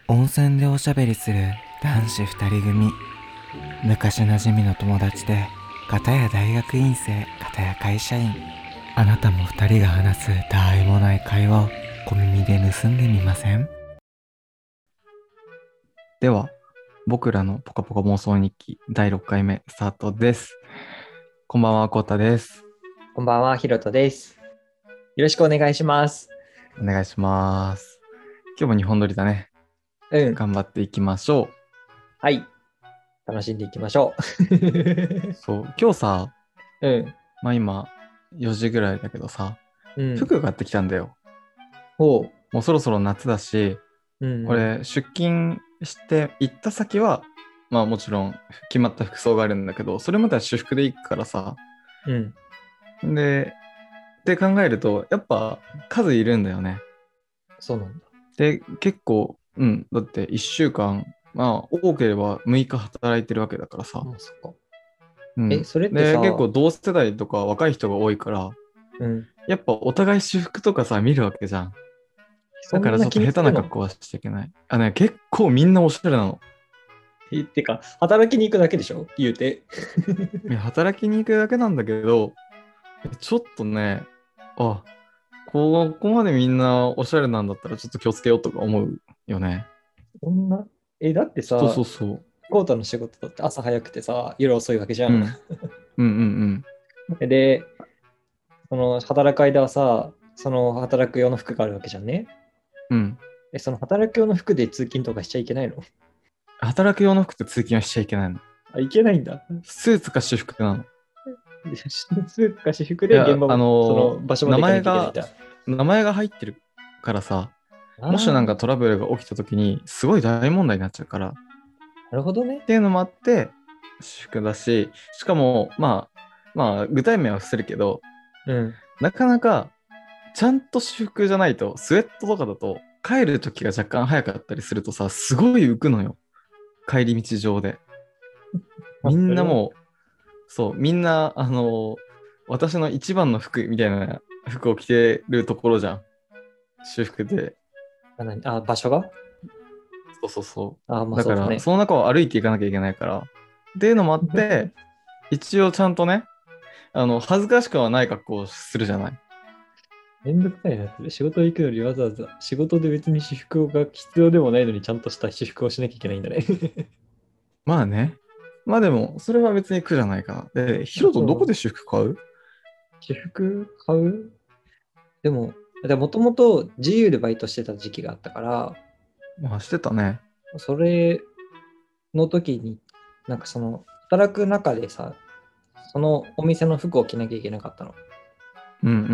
温泉でおしゃべりする男子二人組。昔馴染みの友達で、片や大学院生、片や会社員。あなたも二人が話すたわいもない会話を小耳で盗んでみません？では、僕らのポカポカ妄想日記第6回目スタートです。こんばんは、コウタです。 こんばんは、ひろとです。よろしくお願いします。 お願いします。今日も2本撮りだね。 うん。 頑張っていきましょはい。楽しんでいきましょう。そう、今日さ、 う。うん。 今4時ぐらいだけどさ、 うん。 服買ってきたんだよ。 ほもうそろそろ夏だし、 う。うん。 俺出勤して行った先はもちろん決まった服装があるんだけど、それまでは私服で行くからさ。 うん。 でって考えるとやっぱ数いるんだよね。 そうなんだ。 で結構だって1週間多ければ6日働いてるわけだからさ。 そっか。それってで結さ、 構同世代とか若い人が多いから、 うん。 やっぱお互い私服とかさ見るわけじゃん。だからちょっとそんな気に下手な格するの？ 好はしちゃいけない。結構みんなおしゃれなの。 てか、働きに行くだけでしょ言うて。 いや働きに行くだけなんだけど、ちょっとね、あ、ここまでみんなおしゃれなんだったらちょっと気をつけようとか思うよね。 そんな、だってそうそさ、 うそう。 コータの仕事だって朝早くてさ、夜遅いわけじゃん。 うん。うんうんで、その働く間はさ、その働く用の服があるわけじゃんね。 うん。 その働く用の服で通勤とかしちゃいけないの？ 働く用の服って通勤はしちゃいけないの。 あ、いけないんだ。 スーツか私服なの。 スーツか私服いや、 で現場もその場所ま名で行かな前が、 きゃいけないんだ。 名前が入ってるからさ、もしなんかあトラブルが起きた時にすごい大問題になっちゃうから、っなるほどね。 ていうのもあって、私服だし、しかも、具体名は伏せるけど、 うん。 なかなかちゃんと私服じゃないと、スウェットとかだと、帰る時が若干早かったりするとさ、すごい浮くのよ。帰り道上で。みんそれは、 なもみんな、私の一番の服みたいな服を着てるところじゃん。私服で。 場所がそうそうそまう。だから、 あそうだね。 その中を歩いていかなきゃいけないから。っていうのもあって、一応ちゃんとね、恥ずかしくはない格好をするじゃない。 めんどくさいな。それ仕事行くよりわざわざ仕事で別に私服が必要でもないのにちゃんとした私服をしなきゃいけないんだね。 まあね。まあでも、それは別に苦じゃないかな。で、ヒロトそう。 どこで私服買う？ 私服買う？もともと自由でバイトしてた時期があったから、 まあしてたね。 それの時に、なんかその、働く中でさ、そのお店の服を着なきゃいけなかったの。 うんうんうん。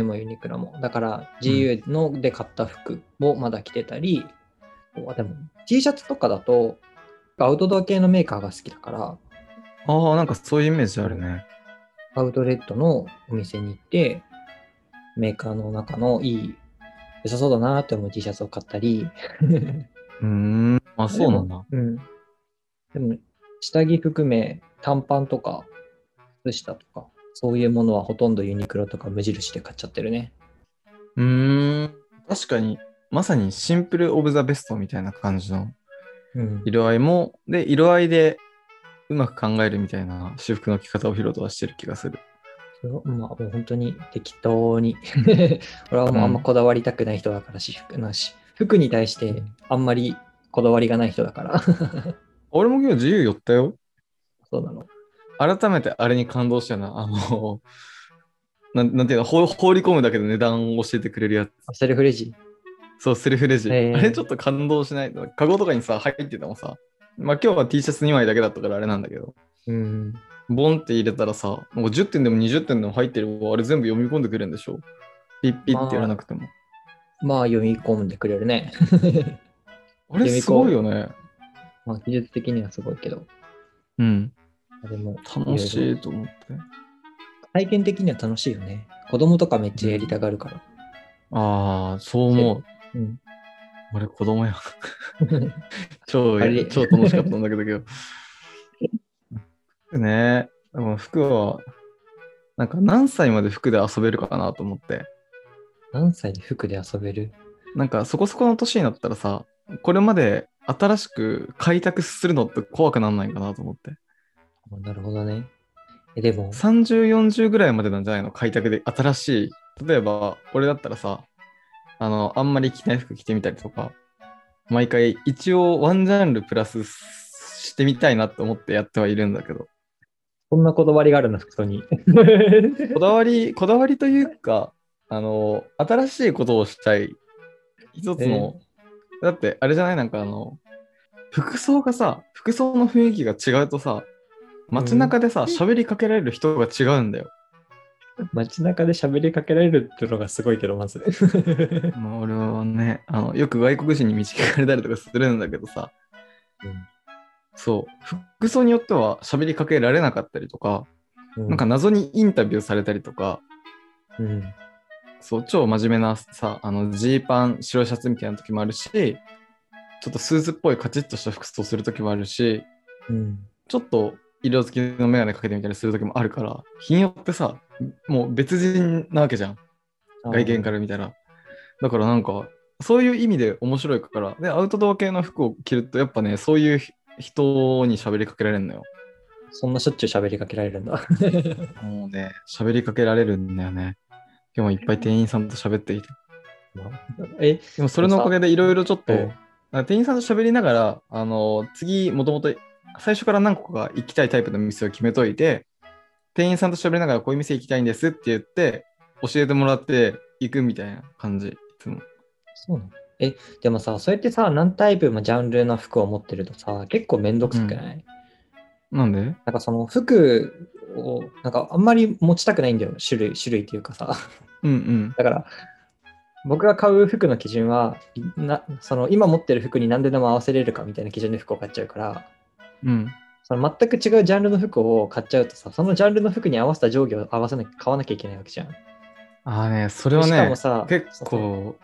GU もユニクロも。だからうん。 GU ので買った服をまだ着てたり、でも T シャツとかだとアウトドア系のメーカーが好きだから、 ああ、なんかそういうイメージあるね。 アウトレットのお店に行って、メーカーの中の良さそうだなって思う T シャツを買ったり、 うーん。あ、 でも、 そうなんだ。 うん。でも、下着含め短パンとか靴下とか、そういうものはほとんどユニクロとか無印で買っちゃってるね。 うーん。確かに、まさにシンプルオブザベストみたいな感じのうん。 色合いも、で、色合いでうまく考えるみたいな私服の着方をヒロトはしてる気がする。 もう本当に適当に俺はもうあんまうん。 こだわりたくない人だから、服に対してあんまりこだわりがない人だから俺も今日自由寄ったよ。 そうなの。 改めてあれに感動したな。なんていうの、放り込むだけで値段を教えてくれるやつ。 セルフレジ。 そう、セルフレジ。あれちょっえと感動しない？カゴとかにさ、入ってたもんさ。今日は T シャツ2枚だけだったからあれなんだけど。 うん。 ボンって入れたらさ、もう10点でも20点でも入ってるわ。あれ全部読み込んでくれるんでしょ？ピッピッってやらなくても。 読み込んでくれるねあれすごい読み込よね。 技術的にはすごいけど、 うん。 でもい楽ろいろしいと思って。 体験的には楽しいよね。子供とかめっちゃやりたうん。 がるから。 ああ、そうセル。 思う。 うん。 俺子供や。 あれ、 超楽しかったんだけどね。でも服は、なんか何歳まで服で遊べるかなと思って。 何歳で服で遊べる？ なんかそこそこの年になったらさ、 これまで新しく開拓するのって怖くなんないかなと思って。 なるほどね。でも、 30、40ぐらいまでなんじゃないの開拓で新しい。例えば、俺だったらさ、あんまり着ない服着てみたりとか、毎回一応ワンジャンルプラスしてみたいなって思ってやってはいるんだけど、 そんなこだわりがあるの、服装に。 こだわりというか、新しいことをしたい。一つの、だってあれじゃないなんか服装がさ、服装の雰囲気が違うとさ、街中でさ、喋りかけられる人が違うんだよ。 街中で喋りかけられるっていうのがすごいけど、まず。 まあ、俺はね、よく外国人に道聞かれたりとかするんだけどさ、そう、服装によっては喋りかけられなかったりとか、なんか謎にインタビューされたりとか、そう、超真面目なさ、ジーパン、白シャツみたいな時もあるし、ちょっとスーツっぽいカチッとした服装する時もあるし、ちょっと色付きのメガネかけてみたりする時もあるから、日によってさ、もう別人なわけじゃん。外見から見たら。だからなんか、そういう意味で面白いから、で、アウトドア系の服を着ると、やっぱね、そういう人に喋りかけられるのよ。 そんなしょっちゅう喋りかけられるんだ。 もうね、喋りかけられるんだよね。今日もいっぱい店員さんと喋っていて。でもそれのおかげでいろいろちょっと、店員さんと喋りながら、次、もともと最初から何個か行きたいタイプの店を決めといて、店員さんと喋りながらこういう店行きたいんですって言って、教えてもらって行くみたいな感じ。いつも。 そうなの？でもさ、そうやってさ、何タイプもジャンルの服を持ってるとさ、結構めんどくさくない？ なんで？ なんかその服を、なんかあんまり持ちたくないんだよ、種類っていうかさ。だから、僕が買う服の基準は、その今持ってる服に何ででも合わせれるかみたいな基準で服を買っちゃうから、その全く違うジャンルの服を買っちゃうとさ、そのジャンルの服に合わせた上下を買わなきゃいけないわけじゃん。 それはね、 しかもさ、 結構、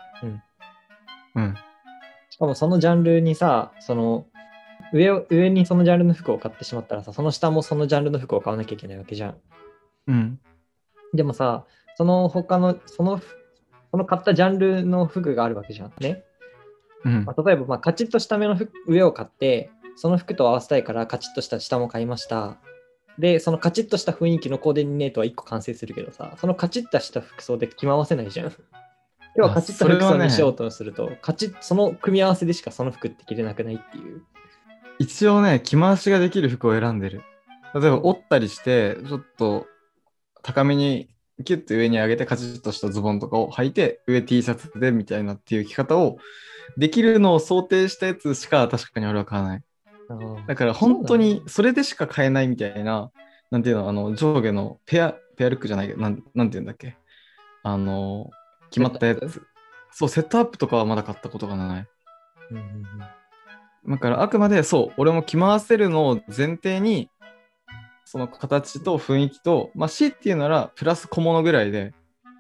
しかもそのジャンルにさ、その上にそのジャンルの服を買ってしまったらさ、その下もそのジャンルの服を買わなきゃいけないわけじゃん。でもさ、その他の、その買ったジャンルの服があるわけじゃんね。例えば、カチッとした目の上を買って、その服と合わせたいからカチッとした下も買いました。で、そのカチッとした雰囲気のコーディネートは1個完成するけどさ、そのカチッとした服装で着回せないじゃん。要はカチッと服装にしようとすると、その組み合わせでしかその服って着れなくないっていう。 一応ね、着回しができる服を選んでる。例えば折ったりして、ちょっと高めにキュッと上に上げてカチッとしたズボンとかを履いて、上 T シャツでみたいなっていう着方をできるのを想定したやつしか確かに俺は買わない。だから本当にそれでしか買えないみたいな、なんていうの、上下のペアルックじゃないけど、なんていうんだっけ。決まったやつ。そう、セットアップとかはまだ買ったことがない。だからあくまでそう、俺も着回せるのを前提に、その形と雰囲気と、強いて言うならプラス小物ぐらいで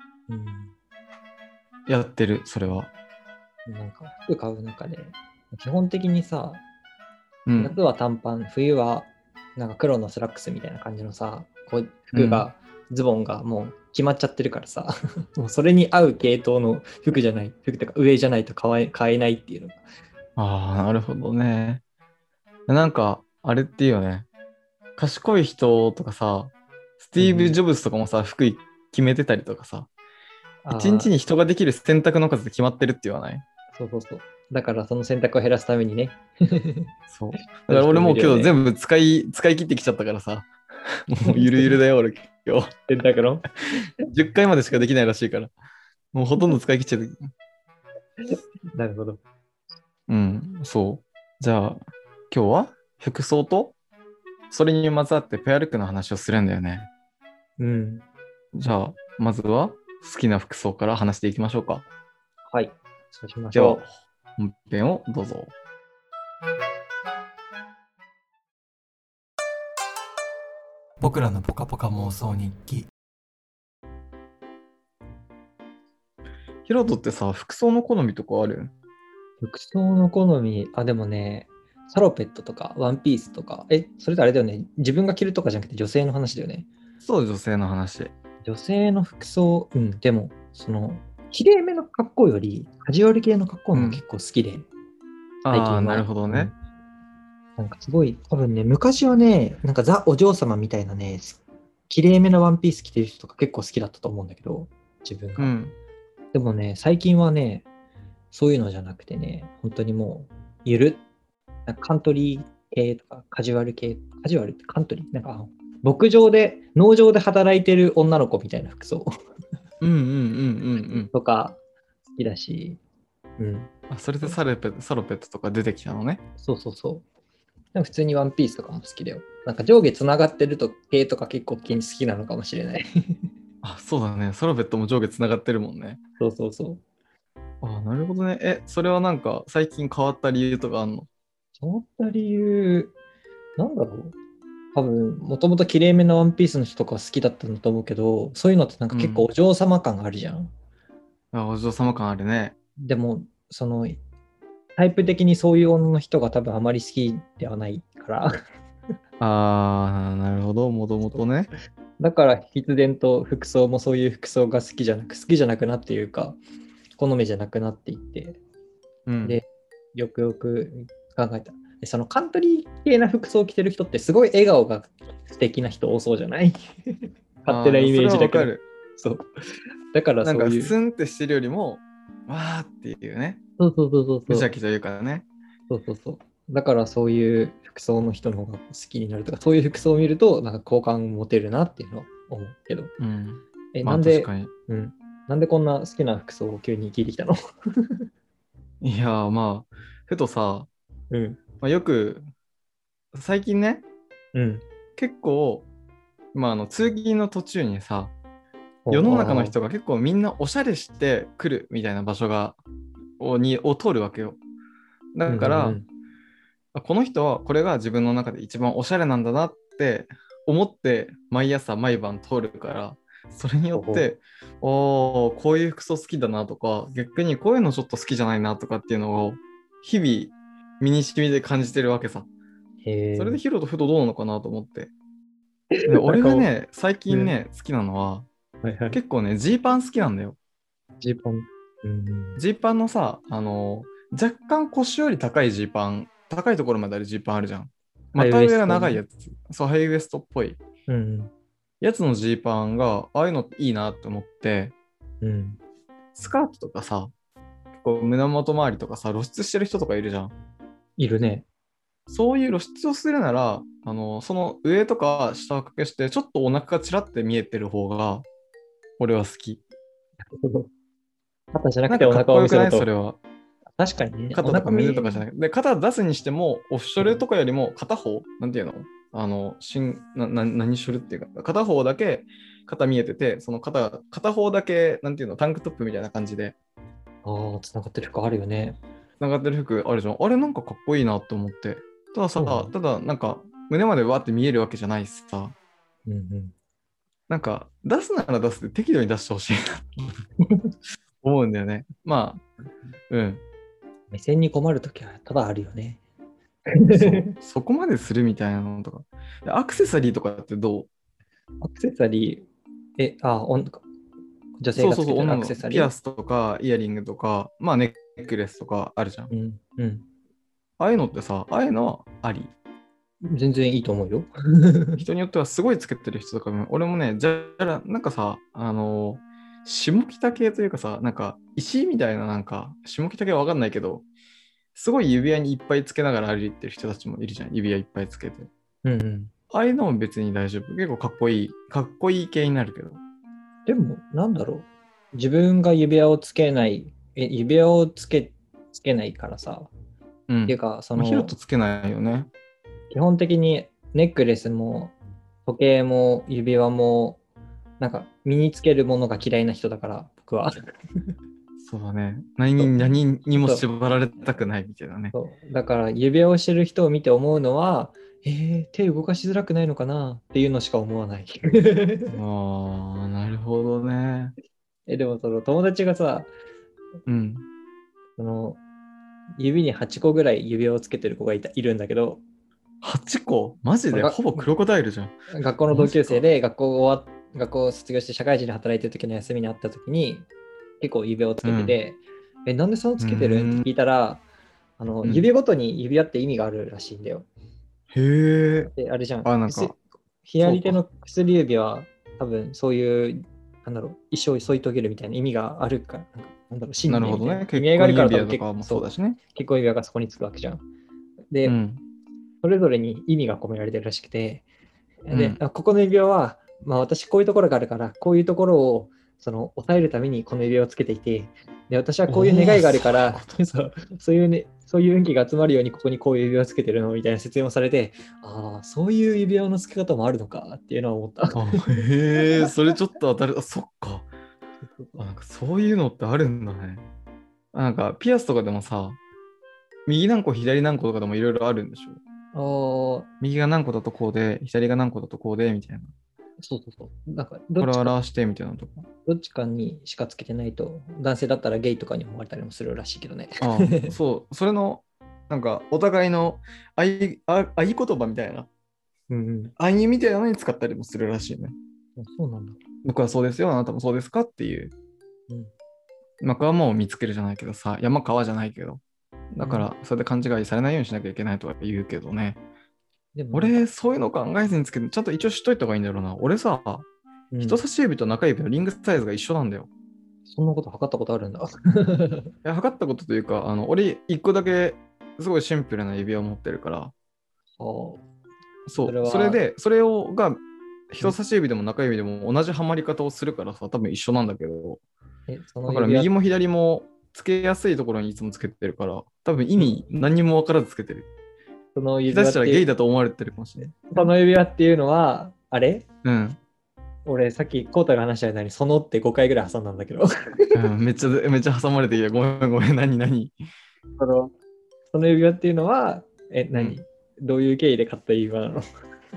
やってる、それは。 なんか服買う中で、基本的にさ、夏は短パン、冬はなんか黒のスラックスみたいな感じのさ、こう服が、ズボンがもう決まっちゃってるからさ、もうそれに合う系統の服とか上じゃないと買えないっていうのが。 ああ、なるほどね。なんか、あれっていうよね。賢い人とかさ、スティーブ・ジョブズとかもさ、服決めてたりとかさ、一日に人ができる選択の数で決まってるって言わない？ そうそうそう。だからその選択を減らすためにね。 そう。だから俺もう今日全部使い切ってきちゃったからさ、もうゆるゆるだよ、俺今日。 選択の 10回までしかできないらしいから。もうほとんど使い切っちゃう。 なるほど。 そう。じゃあ、今日は服装と、それにまつわってペアルックの話をするんだよね。じゃあ、まずは好きな服装から話していきましょうか。 はい。そうしましょう。 では、本編をどうぞ。 僕らのポカポカ妄想日記。 ヒロトってさ、服装の好みとかある？ 服装の好み、でもね、サロペットとかワンピースとか、それってあれだよね、自分が着るとかじゃなくて女性の話だよね。 そう、女性の話。 女性の服装、でも、その、綺麗めの格好より、カジュアル系の格好も結構好きで。 最近は。 なるほどね。 なんかすごい、多分ね、昔はね、なんかザ・お嬢様みたいなね、綺麗めなワンピース着てる人とか結構好きだったと思うんだけど、自分が。でもね、最近はね、そういうのじゃなくてね、本当にもう、なんかカントリー系とか、カジュアル系、カジュアルってカントリー、なんか、農場で働いてる女の子みたいな服装とか好きだし、 それでサロペットとか出てきたのね。 そう。でも普通にワンピースとかも好きだよ。なんか上下つながってる系とか結構好きなのかもしれない。 そうだね。サロペットも上下つながってるもんね。 そう。 なるほどね。それはなんか最近変わった理由とかあんの？ 変わった理由、なんだろう。多分、もともと綺麗めなワンピースの人とか好きだったんだと思うけど、そういうのってなんか結構お嬢様感あるじゃん。 お嬢様感あるね。 でも、タイプ的にそういう女の人が多分あまり好きではないからなるほど、もともとね。 だから必然と服装もそういう服装が好きじゃなくなっていうか、好みじゃなくなっていって、で、よくよく考えた。でそのカントリー系な服装を着てる人ってすごい笑顔が素敵な人多そうじゃない勝手なイメージだけど。そう。だからそういう。 なんかスンってしてるよりも、わーっていうね。 そう。 無邪気というかね。 そう。だからそういう服装の人の方が好きになるとか、そういう服装を見ると、なんか好感を持てるなっていうのは思うけど。なんで、なんでこんな好きな服装を急に聞いてきたの？ いや、ふとさ、よく、最近ね、結構、通勤の途中にさ、世の中の人が結構みんなおしゃれしてくるみたいな場所を通るわけよ。だから、この人はこれが自分の中で一番おしゃれなんだなって思って毎朝毎晩通るから、それによってこういう服装好きだなとか、逆にこういうのちょっと好きじゃないなとかっていうのを日々身に染みで感じてるわけさ。それでヒロとふとどうなのかなと思って。俺がね、最近ね、好きなのは、結構ね、ジーパン好きなんだよ。 ジーパン。 ジーパンのさ、若干腰より高いジーパン、高いところまであるジーパンあるじゃん。股上が長いやつ。そう、ハイウエストっぽい。やつのジーパンが、ああいうのいいなって思って、スカートとかさ、結構胸元周りとかさ、露出してる人とかいるじゃん。 いるね。 そういう露出をするなら、その上とか下を隠して、ちょっとお腹がちらって見えてる方が、俺は好き。 肩じゃなくてお腹を見せると。 それは。 確かにね。 肩とか胸とかじゃなくて、で、肩出すにしても、オフショルとかよりも片方、なんていうの何ショルっていうか、片方だけ肩見えてて、その片方だけ、なんていうの、タンクトップみたいな感じで。 つながってる服あるよね。 つながってる服あるじゃん。あれなんかかっこいいなって思って。ただなんか、胸までわーって見えるわけじゃないしさ。なんか、出すなら出すで適度に出してほしいな思うんだよね。 目線に困るときはただあるよね。 そこまでするみたいなのとか。アクセサリーとかってどう？ アクセサリー、女性がつけてるアクセサリー。 ピアスとかイヤリングとか、ネックレスとかあるじゃん。ああいうのってさ、ああいうのはあり？ 全然いいと思うよ。 人によってはすごいつけてる人とかも、俺もね、なんかさ、下北系というかさ、なんか石みたいななんか、下北系はわかんないけど、すごい指輪にいっぱいつけながら歩いてる人たちもいるじゃん。指輪いっぱいつけて。ああいうのも別に大丈夫。結構かっこいい系になるけど。 でも、なんだろう。自分が指輪をつけない、指輪をつけないからさ。っていうか、 ヒロトつけないよね。 基本的にネックレスも時計も指輪もなんか身につけるものが嫌いな人だから僕は。 そうだね。何にも縛られたくないみたいなね。 だから指輪をしてる人を見て思うのは、手動かしづらくないのかなっていうのしか思わない。 なるほどね。 でもその友達がさ、その指に8個ぐらい指輪をつけてる子がいるんだけど、 8個マジでほぼクロコダイルじゃん。 学校の同級生で学校を卒業して社会人で働いてる時の休みに会った時に結構指輪をつけてて、なんでそのつけてるって聞いたら、 指ごとに指輪って意味があるらしいんだよ。 へで、あれじゃん。 なんか左手の薬指は多分そういう、一生添い遂げるみたいな意味があるから、信念みたいな意味合いがあるから、 結婚指輪とかもそうだしね。 結婚指輪がそこにつくわけじゃん。で、それぞれに意味が込められてるらしくて、で、ここの指輪は、私こういうところがあるから、こういうところを抑えるためにこの指輪をつけていて、で、私はこういう願いがあるから、そういう運気が集まるようにここにこういう指輪をつけてるのみたいな説明をされて、そういう指輪のつけ方もあるのかっていうのは思った。 へえ、それちょっと当たる。そっか。なんかそういうのってあるんだね。なんかピアスとかでもさ、右何個左何個とかでもいろいろあるんでしょ。右が何個だとこうで、左が何個だとこうでみたいな。 そう。なんかこれを表してみたいなとか。 どっちかにしかつけてないと、男性だったらゲイとかに思われたりもするらしいけどね。 そう、それの、なんかお互いの合言葉みたいな。暗喩みたいなのに使ったりもするらしいね。 そうなんだ。 僕はそうですよ、あなたもそうですかっていう。僕はもう見つけるじゃないけどさ、山川じゃないけど。だから、それで勘違いされないようにしなきゃいけないとは言うけどね。でも俺、そういうの考えずにつけて、ちゃんと一応しといた方がいいんだろうな。俺さ、人差し指と中指のリングサイズが一緒なんだよ。 そんなこと測ったことあるんだ。 いや、測ったことというか、俺、一個だけすごいシンプルな指輪を持ってるから。そう。それで、それが人差し指でも中指でも同じはまり方をするからさ、多分一緒なんだけど。だから右も左もつけやすいところにいつもつけてるから、多分意味何にも分からずつけてる。その指輪下手したらゲイだと思われてるかもしれない。 その指輪っていうのは、あれ？俺、さっきコウタが話した間に、そのって5回ぐらい挟んだんだけど。 めっちゃ挟まれている。ごめん、何その指輪っていうのは、どういう経緯で買った指輪なの？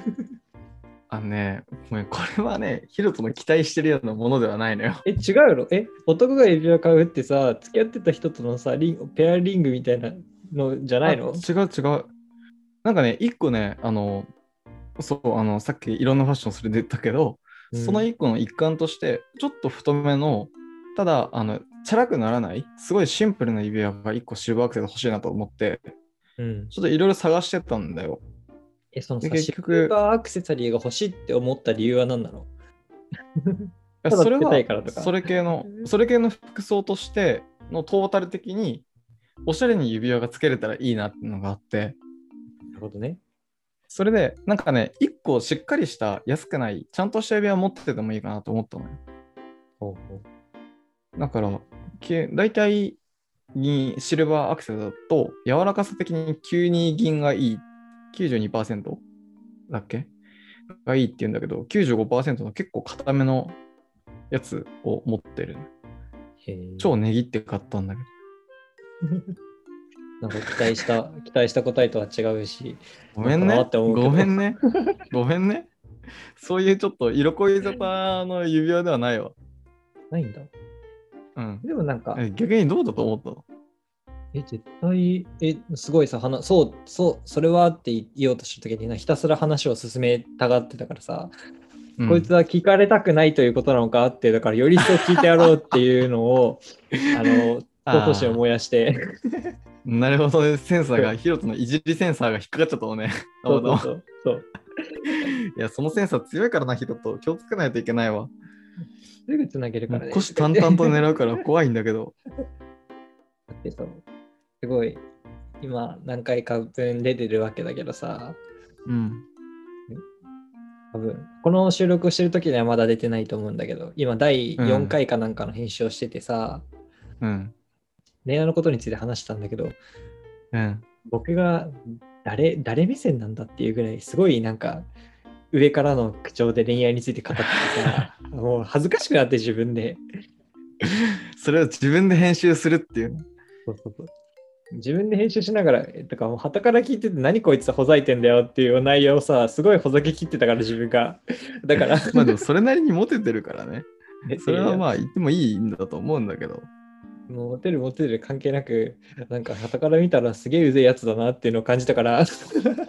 ごめん、これはね、ヒロトの期待してるようなものではないのよ。 違うの？男が指輪買うってさ、付き合ってた人とのさ、ペアリングみたいなのじゃないの？ 違う。なんかね、一個ね、さっきいろんなファッションそれで言ったけど、その一個の一環として、ちょっと太めの、ただ、チャラくならない、すごいシンプルな指輪が一個シルバーアクセで欲しいなと思って、ちょっといろいろ探してたんだよ。 そのさ、シルバーアクセサリーが欲しいって思った理由は何なの？ それは、それ系の服装としてのトータル的に、おしゃれに指輪がつけれたらいいなっていうのがあって、 なるほどね。 それで、なんかね、一個しっかりした安くない、ちゃんとした指輪持っててもいいかなと思ったのよ。だから、大体にシルバーアクセだと、柔らかさ的に92銀がいい、92% だっけがいいって言うんだけど、95% の結構固めのやつを持ってる。超値切って買ったんだけど。 なんか期待した答えとは違うし。 ごめんね。そういうちょっと色恋沙汰の指輪ではないわ。 ないんだ。でもなんか。 逆にどうだと思ったの？ 絶対、すごいさ、それはって言おうとした時にひたすら話を進めたがってたからさ、こいつは聞かれたくないということなのかって、だからより一層聞いてやろうっていうのを、闘争心を燃やして。 なるほどね、ヒロトのいじりセンサーが引っかかっちゃったのね。そう。いや、そのセンサー強いからな、ヒロト。気をつけないといけないわ。 すぐつなげるからね。 虎視眈々と狙うから怖いんだけど。 だってさ、すごい、今何回か分出てるわけだけどさ、多分この収録をしてる時にはまだ出てないと思うんだけど、今第4回かなんかの編集をしててさ、恋愛のことについて話したんだけど、僕が誰目線なんだっていうぐらいすごいなんか上からの口調で恋愛について語っててさ、もう恥ずかしくなって自分でそれを自分で編集するっていう。 そう自分で編集しながら、だからもう傍から聞いてて何こいつほざいてんだよっていう内容をさ、すごいほざけ切ってたから自分が。だからまあでもそれなりにモテてるからね。それはまあ言ってもいいんだと思うんだけど。 もうモテる関係なく、なんか傍から見たらすげえうぜえやつだなっていうのを感じたから。ちょっ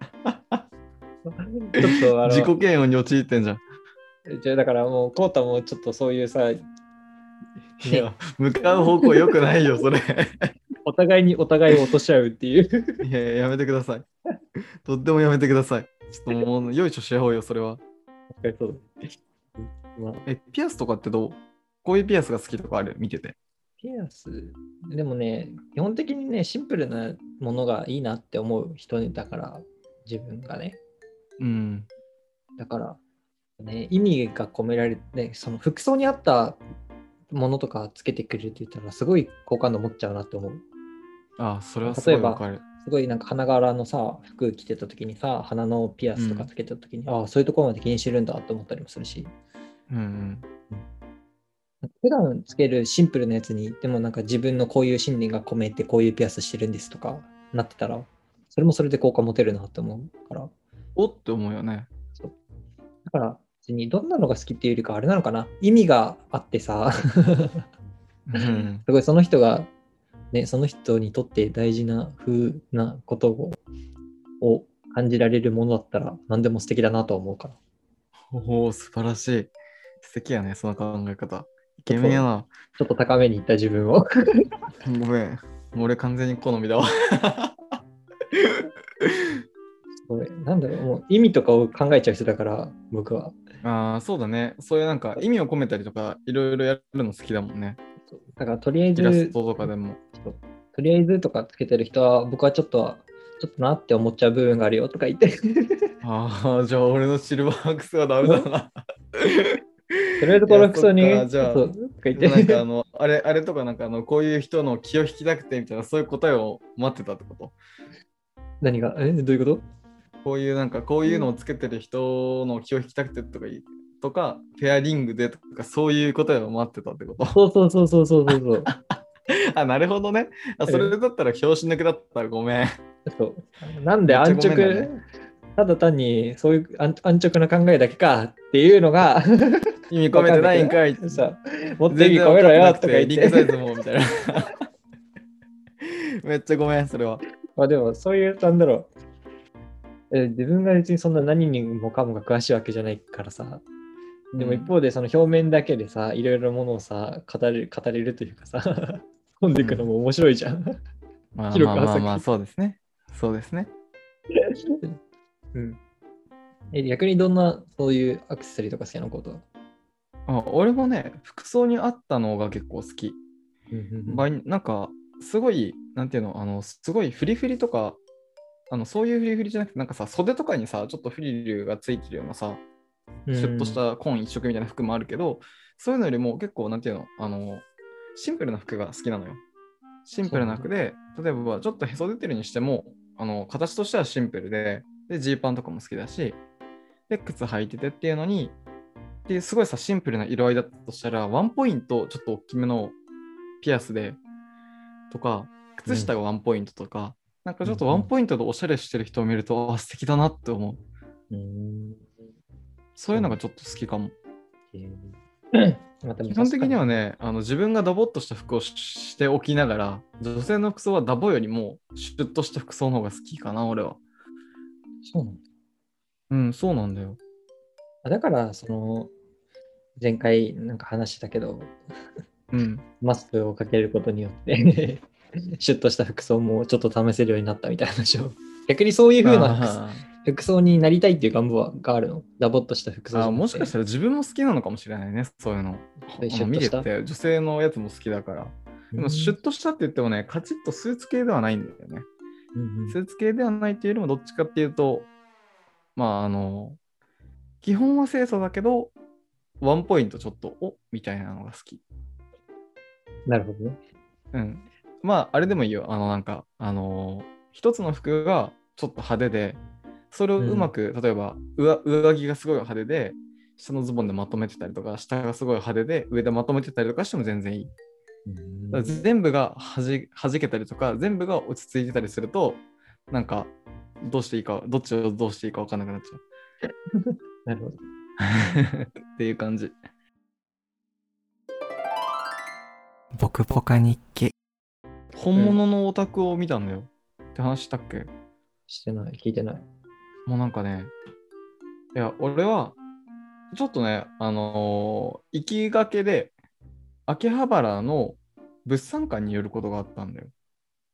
と自己嫌悪に陥ってんじゃん。 じゃあだからもうコウタもちょっとそういうさ、 いや、向かう方向良くないよ、それ。 お互いにお互いを落とし合うっていう。 いやいや、やめてください。とってもやめてください。ちょっともう、よいしょしようよ、それは。 確かにそうだ。まあ、 ピアスとかってどう？こういうピアスが好きとかある？見てて。 ピアス、でもね、基本的にね、シンプルなものがいいなって思う人だから、自分がね。 うん。 だから、ね、意味が込められて、ね、その服装に合ったものとかつけてくれるって言ったら、すごい好感度持っちゃうなって思う。 あ、それはすごいわかる。 すごいなんか花柄のさ、服着てた時にさ、鼻のピアスとかつけてた時に、ああ、そういうところまで気にしてるんだって思ったりもするし。 うんうん。 普段つけるシンプルなやつに、でもなんか自分のこういう信念が込めてこういうピアスしてるんですとかなってたら、それもそれで好感持てるなって思うから。 おって思うよね。 そうだから、別にどんなのが好きっていうよりか、あれなのかな、意味があってさ、 うん、 すごいその人が、ね、その人にとって大事な風なことを感じられるものだったら、何でも素敵だなと思うから。 おお、素晴らしい。素敵やね、その考え方。イケメンやな。 ちょっと高めにいった自分を。 ごめん。もう俺完全に好みだわ。 なんだろう、もう意味とかを考えちゃう人だから、僕は。 ああ、そうだね。そういうなんか意味を込めたりとか、いろいろやるの好きだもんね。 だからとりあえず、 イラストとかでも。 とりあえずとかつけてる人は、僕はちょっとなって思っちゃう部分があるよとか言って。 ああ、じゃあ俺のシルバーアクスはダメだな。 とりあえずこの服装に、 じゃあ、なんかあれとかなんかこういう人の気を引きたくてみたいな、そういう答えを待ってたってこと？ 何がどういうこと？ こういうなんかこういうのをつけてる人の気を引きたくてとか、ペアリングでとか、そういう答えを待ってたってこと？ そう。 あ、なるほどね。それだったら拍子抜けだったらごめん。 そうなんで安直、ね、ただ単にそういう安直な考えだけかっていうのが意味込めてないんかい。 もっと意味込めろよとか言って。 リンクサイズもみたいな。めっちゃごめん、それは。 まあでもそういう、なんだろう。自分が別にそんな何にもかもが詳しいわけじゃないからさ。でも一方でその表面だけでさ、いろいろものをさ、語れるというかさ、読んでいくのも面白いじゃん。 まあ、そうですね。そうですね。 うん。逆にどんなそういうアクセサリーとか好きなこと？ 俺もね、服装に合ったのが結構好き。なんか、すごい、なんていうの、すごいフリフリとか、そういうフリフリじゃなくて、なんかさ、袖とかにさ、ちょっとフリルがついてるようなさ、シュッとした紺一色みたいな服もあるけど、そういうのよりも結構、なんていうの、シンプルな服が好きなのよ。シンプルな服で、例えばちょっとへそ出てるにしても、形としてはシンプルで、ジーパンとかも好きだし、で、靴履いててっていうのに、すごいさ、シンプルな色合いだったとしたら、ワンポイント、ちょっと大きめのピアスで、とか、靴下がワンポイントとか、なんかちょっとワンポイントでおしゃれしてる人を見ると、素敵だなって思う。そういうのがちょっと好きかも。基本的にはね、自分がダボっとした服をしておきながら、女性の服装はダボよりもシュッとした服装の方が好きかな、俺は。 そうなんだ。 うん、そうなんだよ。 だから、前回なんか話したけど、マスクをかけることによってシュッとした服装もちょっと試せるようになったみたいな話を。逆にそういう風な服装になりたいっていう願望があるの？ダボっとした服装じゃなくて。 もしかしたら自分も好きなのかもしれないね、そういうの。見てて、女性のやつも好きだから。でも、シュッとしたって言ってもね、カチッとスーツ系ではないんだよね。スーツ系ではないっていうよりも、どっちかっていうと、基本は清楚だけど、ワンポイントちょっと、みたいなのが好き。 なるほどね。 うん。あれでもいいよ。一つの服がちょっと派手で、それをうまく、例えば上着がすごい派手で、下のズボンでまとめてたりとか、下がすごい派手で、上でまとめてたりとかしても全然いい。全部がはじけたりとか、全部が落ち着いてたりすると、なんか、どっちをどうしていいか分かんなくなっちゃう。 なるほど。 っていう感じ。 ボクポカ日記。 本物のオタクを見たんだよ。って話したっけ？ してない、聞いてない。 もうなんかね、いや、俺は、ちょっとね、行きがけで、秋葉原の物産館に寄ることがあったんだよ。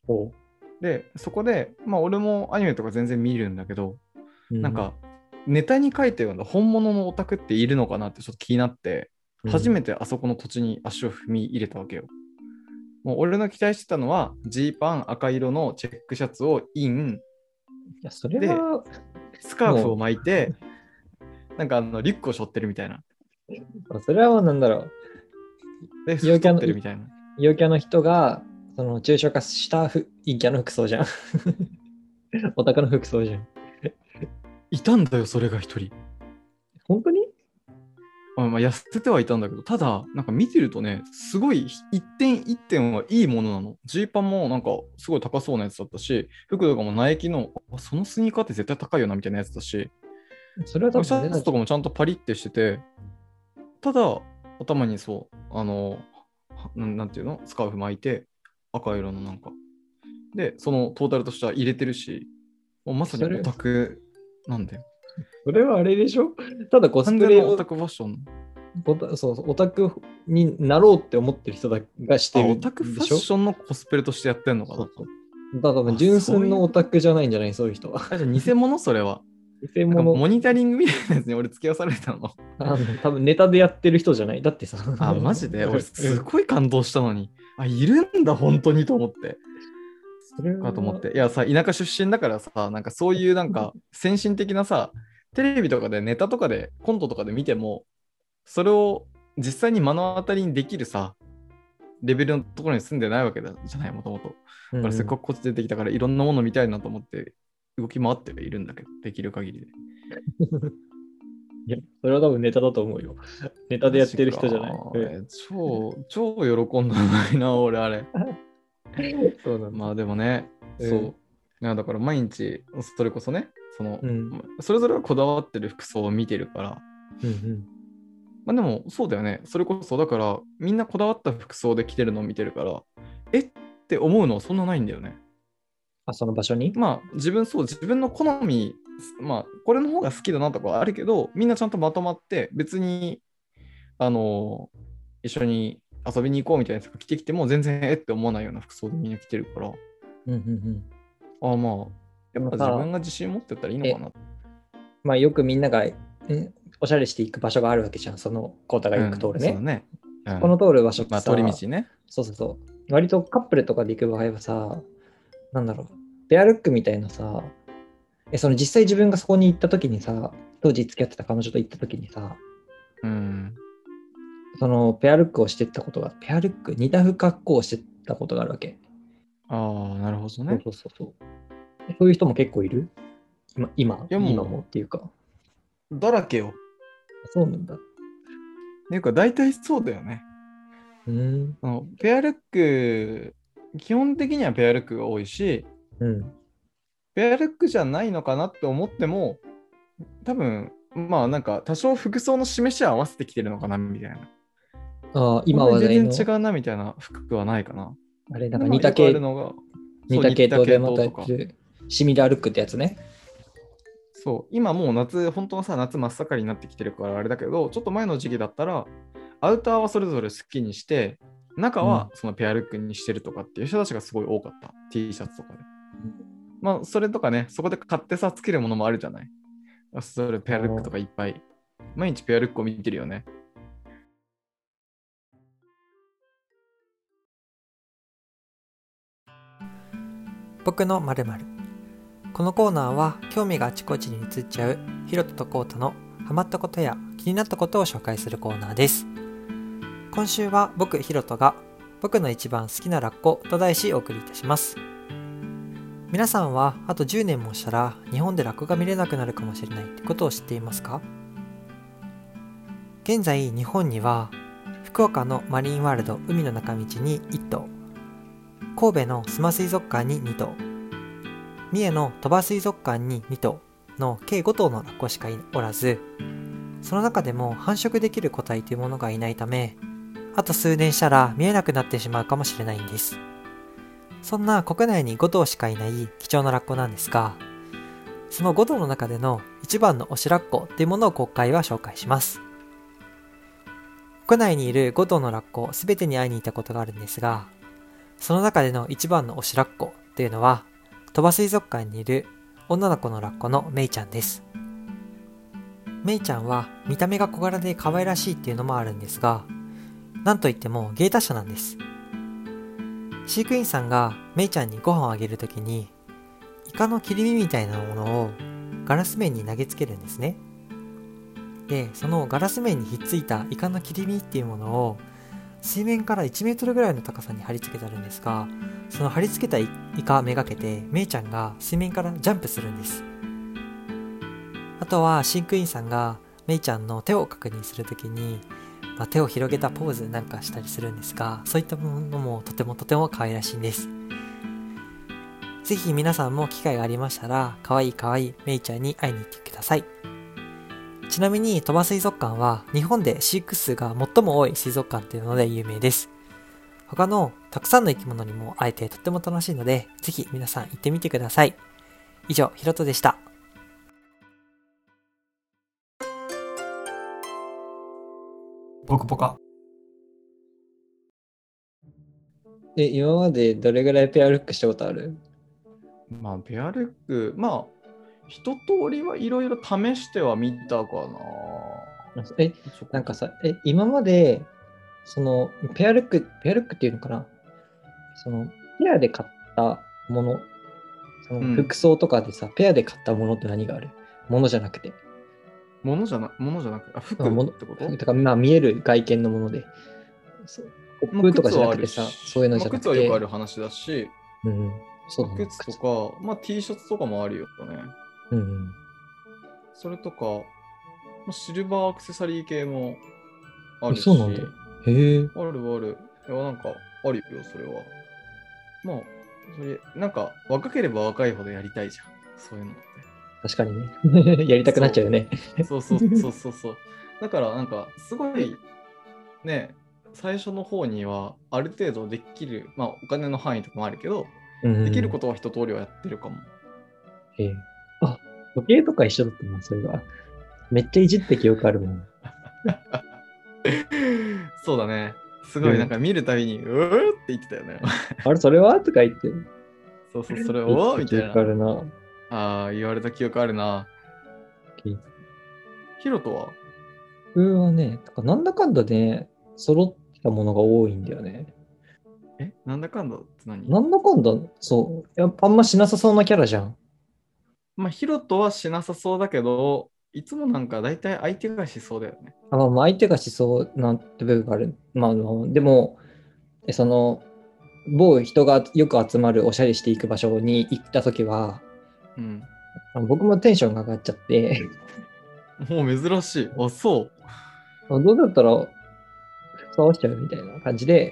おで、そこで、俺もアニメとか全然見るんだけど、 うんなんか、ネタに書いたような本物のオタクっているのかなってちょっと気になって、初めてあそこの土地に足を踏み入れたわけよ。もう俺の期待してたのは、ジーパン赤色のチェックシャツをイン、 いや、それは、 スカーフを巻いて、なんかリュックを背負ってるみたいな。 それはもうなんだろう。 で、太ってるみたいな。 陽キャの人が、その抽象化した陰キャの服装じゃん。オタクの服装じゃん。 いたんだよ、それが一人。 本当に？ 痩せてはいたんだけど、ただ、なんか見てるとね、すごい一点一点はいいものなの。ジーパンもなんかすごい高そうなやつだったし、服とかもナイキの、そのスニーカーって絶対高いよなみたいなやつだし、 それは多分シャツとかもちゃんとパリってしてて、ただ、頭にそう、なんていうのスカーフ巻いて、赤色のなんか。で、そのトータルとしては入れてるし、もうまさにオタクなんだよ。 それはあれでしょ？ただコスプレをオタクファッション。 オタクになろうって思ってる人がしてるオタクファッションのコスプレとしてやってんのかな。 そうだから純粋のオタクじゃないんじゃない？そういう人は。 じゃ偽物それは。 偽物。 モニタリングみたいなやつに俺付き合わされたの。 多分ネタでやってる人じゃない。だってさ。 マジで俺すごい感動したのに。いるんだ本当にと思って。かと思って。いやさ、田舎出身だからさ、なんかそういうなんか先進的なさ、テレビとかでネタとかでコントとかで見ても、それを実際に目の当たりにできるさ、レベルのところに住んでないわけじゃない、もともと。だからせっかくこっち出てきたからいろんなもの見たいなと思って動き回ってはいるんだけど、できる限りで。 いや、それは多分ネタだと思うよ。ネタでやってる人じゃない。 超喜んだないな、俺あれ。 そうなんだ。 でもね、そう。だから毎日、それこそね、それぞれがこだわってる服装を見てるから。でも、そうだよね。それこそ、だから、みんなこだわった服装で着てるのを見てるから、って思うのはそんなないんだよね。 その場所に？ 自分の好み、これの方が好きだなとかはあるけど、みんなちゃんとまとまって、別に、一緒に遊びに行こうみたいなやつが着てきても、全然って思わないような服装でみんな着てるから。やっぱ自分が自信持ってたらいいのかな。 よくみんながおしゃれしていく場所があるわけじゃん、そのコータがよく通るね。この通る場所ってさ、 通り道ね。 そう割とカップルとかで行く場合はさ、なんだろう、ペアルックみたいなさ、その実際自分がそこに行った時にさ、当時付き合ってた彼女と行った時にさ、そのペアルックをしてったことが、ペアルック、似た格好をしてたことがあるわけ。 なるほどね。 そういう人も結構いる？今もっていうか。 だらけよ。 そうなんだ。 っていうか、大体そうだよね。ペアルック、基本的にはペアルックが多いし、ペアルックじゃないのかなって思っても、多分、なんか多少服装の示し合わせてきてるのかなみたいな。 今は全然違うなみたいな服はないかな。 あれ、なんか似た系統でまたシミラールックってやつね。 そう、今もう本当はさ、夏真っ盛りになってきてるからあれだけど、ちょっと前の時期だったら、アウターはそれぞれ好きにして、中はそのペアルックにしてるとかっていう人たちがすごい多かった。T シャツとかで。それとかね、そこで買ってさ、つけるものもあるじゃない。それペアルックとかいっぱい。毎日ペアルックを見てるよね。 僕の〇〇。このコーナーは興味があちこちに移っちゃうヒロトとコウタのハマったことや気になったことを紹介するコーナーです。今週は僕ヒロトが僕の一番好きなラッコと題しお送りいたします。皆さんはあと10年もしたら日本でラッコが見れなくなるかもしれないってことを知っていますか？現在日本には福岡のマリンワールド海の中道に1頭、神戸の須磨水族館に2頭、三重の鳥羽水族館に2頭の計5頭のラッコしかおらず、その中でも繁殖できる個体というものがいないため、あと数年したら見えなくなってしまうかもしれないんです。そんな国内に5頭しかいない貴重なラッコなんですが、その5頭の中での一番の推しラッコっていうものを今回は紹介します。国内にいる5頭のラッコすべてに会いに行ったことがあるんですが、その中での一番の推しラッコというのは、鳥羽水族館にいる女の子のラッコのメイちゃんです。メイちゃんは見た目が小柄で可愛らしいっていうのもあるんですが、なんといっても芸達者なんです。飼育員さんがメイちゃんにご飯をあげるときに、イカの切り身みたいなものをガラス面に投げつけるんですね。で、そのガラス面にひっついたイカの切り身っていうものを水面から1メートルぐらいの高さに貼り付けてあるんですが、その貼り付けたイカめがけてメイちゃんが水面からジャンプするんです。あとは飼育員さんがメイちゃんの手を確認するときに、手を広げたポーズなんかしたりするんですが、そういったものもとても可愛らしいんです。ぜひ皆さんも機会がありましたら、可愛いメイちゃんに会いに行ってください。ちなみに鳥羽水族館は日本で飼育数が最も多い水族館というので有名です。他のたくさんの生き物にも会えてとっても楽しいので、ぜひ皆さん行ってみてください。以上、ひろとでした。 ポカポカ。 今までどれぐらいペアルックしたことある？ まあ、ペアルック、まあ、一通りはいろいろ試してはみたかな。 なんかさ、今まで、その、ペアルックっていうのかな？その、ペアで買ったもの、その服装とかでさ、ペアで買ったものって何がある？ものじゃなくて。 ものじゃなくて、服ってこと？ だから、見える外見のもので。コップとかじゃなくてさ、そういうのじゃなくて。 靴はよくある話だし、 そうだね、 靴とか、T シャツとかもあるよね。それとか、シルバーアクセサリー系もあるし。 そうなんだ。へえ。 ある。いや、なんか、あるよ、それは。まあ、それ、なんか、若ければ若いほどやりたいじゃん。そういうのって。 確かにね。やりたくなっちゃうよね。 そう。だから、なんか、すごい、ね、最初の方には、ある程度できる、お金の範囲とかもあるけど、できることは一通りはやってるかも。 時計とか一緒だったな、それは。めっちゃいじって記憶あるもん。 そうだね。すごい、なんか見るたびに、うーって言ってたよね。 あれ、それはとか言って。 そう、それをみたいな。 記憶あるな。 言われた記憶あるな。ヒロトは？ 僕はね、なんだかんだで揃ったものが多いんだよね。 なんだかんだって何？ なんだかんだ、そう。やっぱあんましなさそうなキャラじゃん。 ヒロトはしなさそうだけど、いつもなんか大体相手がしそうだよね。 相手がしそうなって部分がある。でも、その、某人がよく集まるおしゃれしていく場所に行ったときは、僕もテンションが上がっちゃって。 もう珍しい。あ、そう。 どうだったら、服装合わせちゃうみたいな感じで、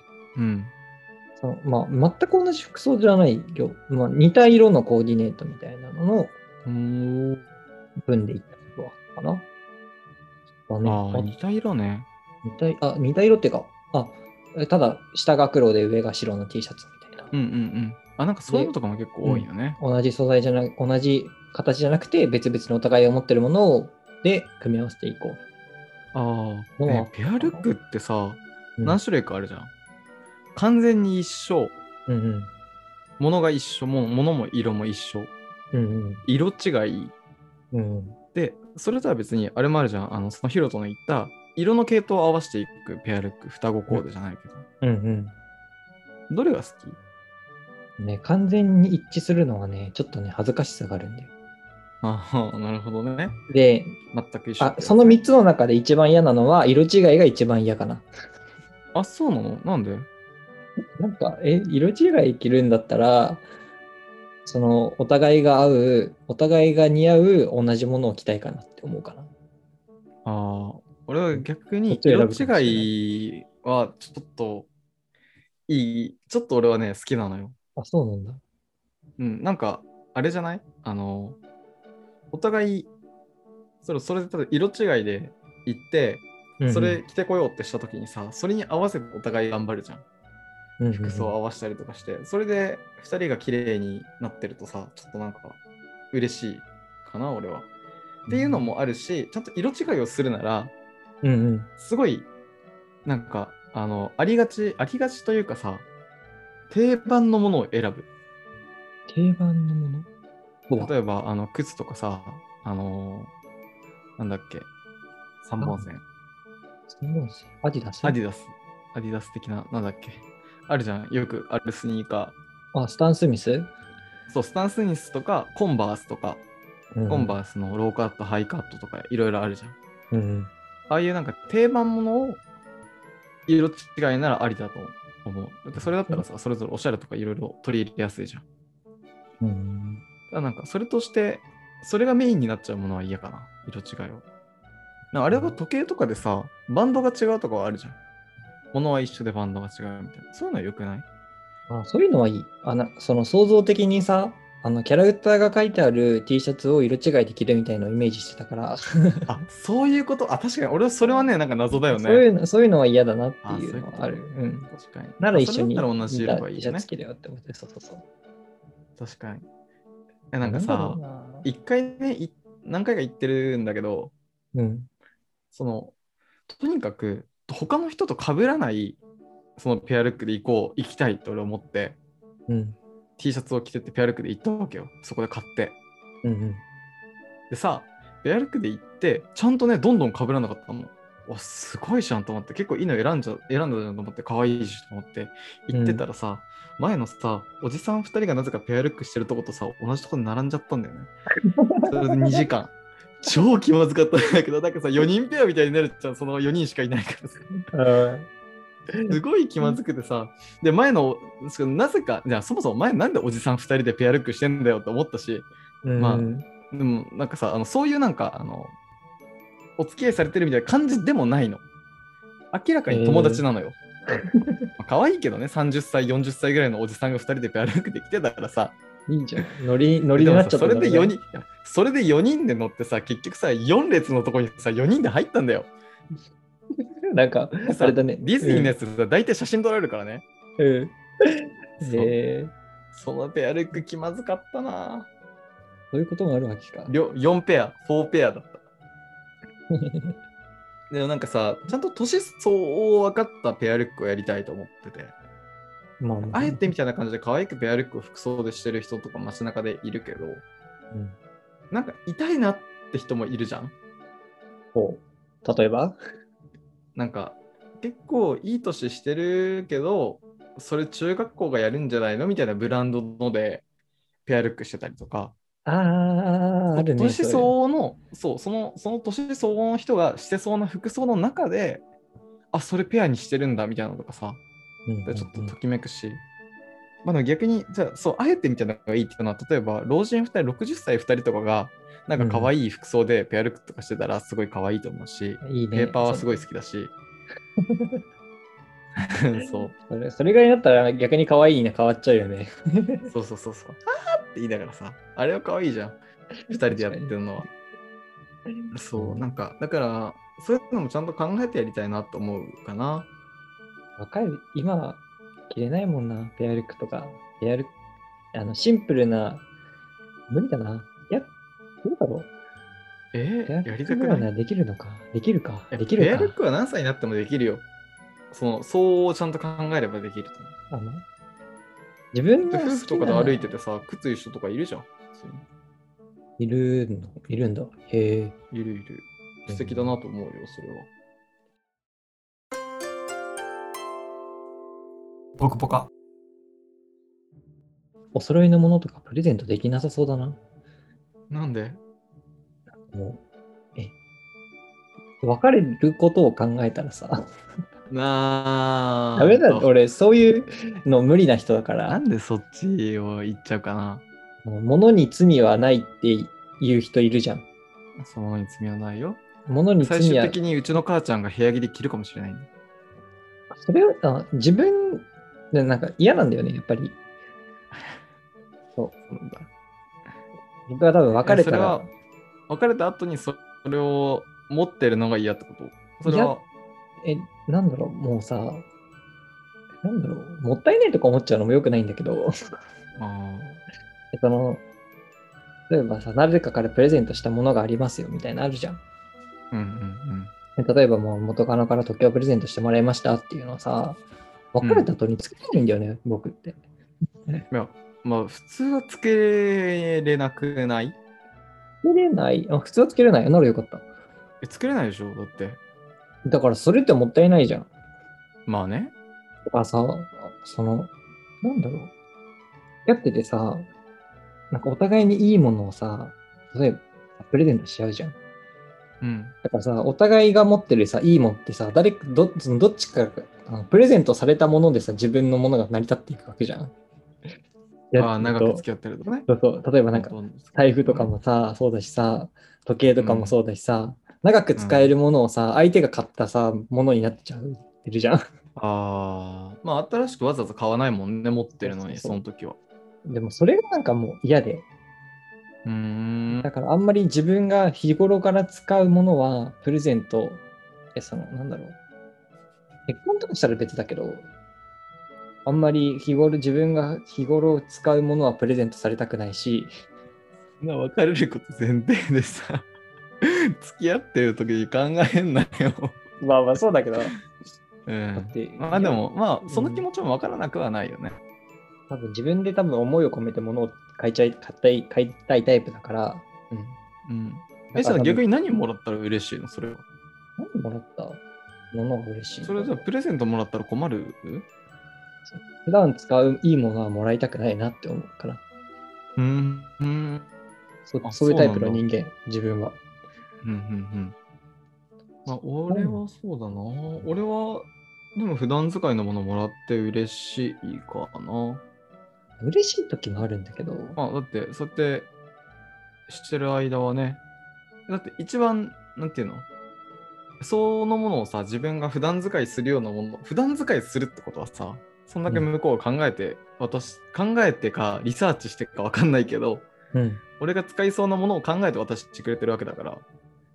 全く同じ服装じゃないよ。似た色のコーディネートみたいなのの分でいったことはかな。 似た色ね。 似た色っていうか、ただ下が黒で上が白の T シャツみたいな。 なんかそういうのとかも結構多いよね。 同じ素材じゃなく、同じ形じゃなくて、別々のお互いを持ってるもので組み合わせていこう。 ペアルックってさ、何種類かあるじゃん。完全に一緒。物が一緒、物も色も一緒。色違い。で、それとは別にあれもあるじゃん。そのヒロトの言った色の系統を合わせていくペアルック、双子コーデじゃないけど。どれが好き？完全に一致するのはね、ちょっとね、恥ずかしさがあるんだよ。 なるほどね。 で、 全く一緒。 その3つの中で一番嫌なのは、色違いが一番嫌かな。 そうなの？なんで？ なんか、色違い着るんだったら、お互いが合う、お互いが似合う同じものを着たいかなって思うかな。 俺は逆に色違いはちょっとちょっと俺はね、好きなのよ。 そうなんだ。 なんか、あれじゃない？お互い、それでただ色違いで行って、それ着てこようってしたときにさ、それに合わせてお互い頑張るじゃん。服装を合わせたりとかして、それで2人が綺麗になってるとさ、ちょっとなんか嬉しいかな、俺は。っていうのもあるし、ちゃんと色違いをするなら、すごい、なんか、ありがちというかさ、定番のものを選ぶ。 定番のもの。 例えば、靴とかさ、なんだっけ、3本線。 3本線。アディダス。 アディダス的な、なんだっけ。あるじゃん。よくあるスニーカあ、スタン・スミス。 ー。そう、スタン・スミスとか、コンバースとか、コンバースのローカット、ハイカットとか、いろいろあるじゃん。ああいうなんか定番ものを色違いならありだと思う。だってそれだったらさ、それぞれおしゃれとかいろいろ取り入れやすいじゃん。だからなんかそれとして、それがメインになっちゃうものは嫌かな、色違いを。あれは時計とかでさ、バンドが違うとかはあるじゃん。ものは一緒でバンドが違うみたいな。そういうのは良くない？ そういうのはいい。その創造的にさ、キャラクターが書いてある T シャツを色違いで着るみたいのをイメージしてたから。 そういうこと。確かに俺はそれはね、なんか謎だよね。 そういうのは嫌だなっていうのはある。 確かに。 なら一緒に同じ色がいいよね。 T シャツ着るよって思って、そう。 確かに。なんかさ、一回ね、何回か言ってるんだけど、とにかく他の人と被らないそのペアルックで行きたいって俺思って、T シャツを着てってペアルックで行ったわけよ。そこで買って。でさ、ペアルックで行って、ちゃんとね、どんどん被らなかったの。すごいじゃんと思って、結構いいの選んだじゃんと思って、可愛いしと思って、行ってたらさ、前のさ、おじさん2人がなぜかペアルックしてるとことさ、同じとこで並んじゃったんだよね。それで2時間。超気まずかったんだけど、なんかさ、4人ペアみたいになるじゃん、その4人しかいないからさ。すごい気まずくてさ、で、前の、なぜか、じゃあそもそも前なんでおじさん2人でペアルックしてんだよって思ったし、まあ、でもなんかさ、そういうなんか、お付き合いされてるみたいな感じでもないの。明らかに友達なのよ。可愛いけどね、30歳、40歳ぐらいのおじさんが2人でペアルックで来てたからさ。 いいんじゃん。ノリになっちゃった。 それで4人で乗ってさ、結局さ、4列のとこにさ、4人で入ったんだよ。 なんか、あれだね。 ディズニーのやつさ、大体写真撮られるからね。そのペアルック気まずかったな。 そういうこともあるわけか。 4ペア、4ペアだった。でもなんかさ、ちゃんと年相応分かったペアルックをやりたいと思ってて。あえてみたいな感じで可愛くペアルックを服装でしてる人とか街中でいるけど、なんか痛いなって人もいるじゃん。 例えばなんか結構いい年してるけど、それ中学校がやるんじゃないのみたいなブランドのでペアルックしてたりとか。 あるね。 年相応の、その年相応の人がしてそうな服装の中で、それペアにしてるんだみたいなのとかさ、ちょっとときめくし。逆に、じゃあ、あえてみたいなのがいいっていうのは、例えば、老人2人、60歳2人とかが、なんか可愛い服装でペアルックとかしてたら、すごい可愛いと思うし、ペーパーはすごい好きだし。 それぐらいだったら逆に可愛いな、変わっちゃうよね。 そう。って言いながらさ、あれは可愛いじゃん。2人でやってるのは。なんか、だから、そういうのもちゃんと考えてやりたいなと思うかな。 若い、今、着れないもんな、ペアルックとか。シンプルな、無理だな。どうだろう。 やりたくない？ できるのか。できるか。 ペアルックは何歳になってもできるよ。そうちゃんと考えればできると思う。 自分の夫婦とかで歩いててさ、靴一緒とかいるじゃん。 いるんだ。へえ。 いる。素敵だなと思うよ、それは。 ポカポカ。 お揃いのものとかプレゼントできなさそうだな。 なんで？ 別れることを考えたらさ。 ダメだ、俺、そういうの無理な人だから。 なんでそっちを言っちゃうかな。 物に罪はないっていう人いるじゃん。 その物に罪はないよ。最物に罪は終的にうちの母ちゃんが部屋着で着るかもしれない。 それは自分でなんか嫌なんだよね、やっぱり。そうなんだ。僕は多分別れたら。 別れた後にそれを持ってるのが嫌ってこと？それは。 なんだろう、もうさ、もったいないとか思っちゃうのも良くないんだけど、例えばさ、なぜかからプレゼントしたものがありますよみたいなのあるじゃん。例えばもう元カノから時計をプレゼントしてもらいましたっていうのはさ、別れた後に作れないんだよね、僕って。 いや、 まあ普通はつけれなくない？ つけれない？普通はつけれない。ならよかった。 つけれないでしょだって。 だからそれってもったいないじゃん。 まあね。 だからさ、なんだろう。やっててさ、なんかお互いにいいものをさ、例えばプレゼントしちゃうじゃん。 うん。 だからさ、お互いが持ってるさ、いいもんってさ、どっちかがプレゼントされたものでさ、自分のものが成り立っていくわけじゃん。 長く付き合ってるとね。 そうそう。例えばなんか、財布とかもさ、そうだしさ、時計とかもそうだしさ、長く使えるものをさ、相手が買ったさ、ものになっちゃってるじゃん。 まあ新しくわざわざ買わないもんね、持ってるのに、その時は。 でもそれがなんかもう嫌で。だからあんまり自分が日頃から使うものは、プレゼント、なんだろう。結婚とかしたら別だけど、あんまり自分が日頃使うものはプレゼントされたくないし。 別れること前提でさ、付き合ってる時に考えんなよ。 まあまあそうだけど。 まあでも、まあその気持ちも分からなくはないよね。 多分自分で思いを込めて物を買いたいタイプだから。 じゃあ逆に何もらったら嬉しいのそれは。 何もらったものが嬉しい？ それじゃあプレゼントもらったら困る？ 普段使ういいものはもらいたくないなって思うから。そういうタイプの人間、自分は。 まあ、俺はそうだな。俺は、でも普段使いのものもらって嬉しいかな。 嬉しい時もあるんだけど。 だって、そうやってしてる間はね、だって一番、なんていうの？そのものをさ、自分が普段使いするようなもの、普段使いするってことはさ、そんだけ向こうが考えて、考えてかリサーチしてか分かんないけど、俺が使いそうなものを考えて渡してくれてるわけだから、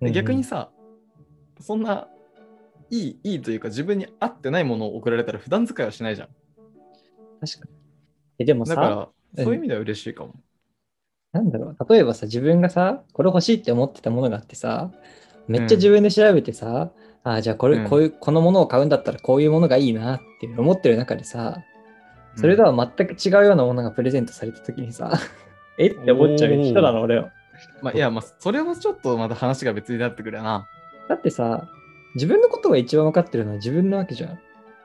逆にさ、そんないいというか自分に合ってないものを送られたら普段使いはしないじゃん。 確かに。でもさ、 だからそういう意味では嬉しいかも。 なんだろう、例えばさ、自分がさ、これ欲しいって思ってたものがあってさ、めっちゃ自分で調べてさ、じゃあこのものを買うんだったらこういうものがいいなっていう思ってる中でさ、それとは全く違うようなものがプレゼントされた時にさ、って思っちゃう人なの、俺は。 いや、それはちょっとまた話が別になってくるよな。 だってさ、自分のことが一番分かってるのは自分なわけじゃん。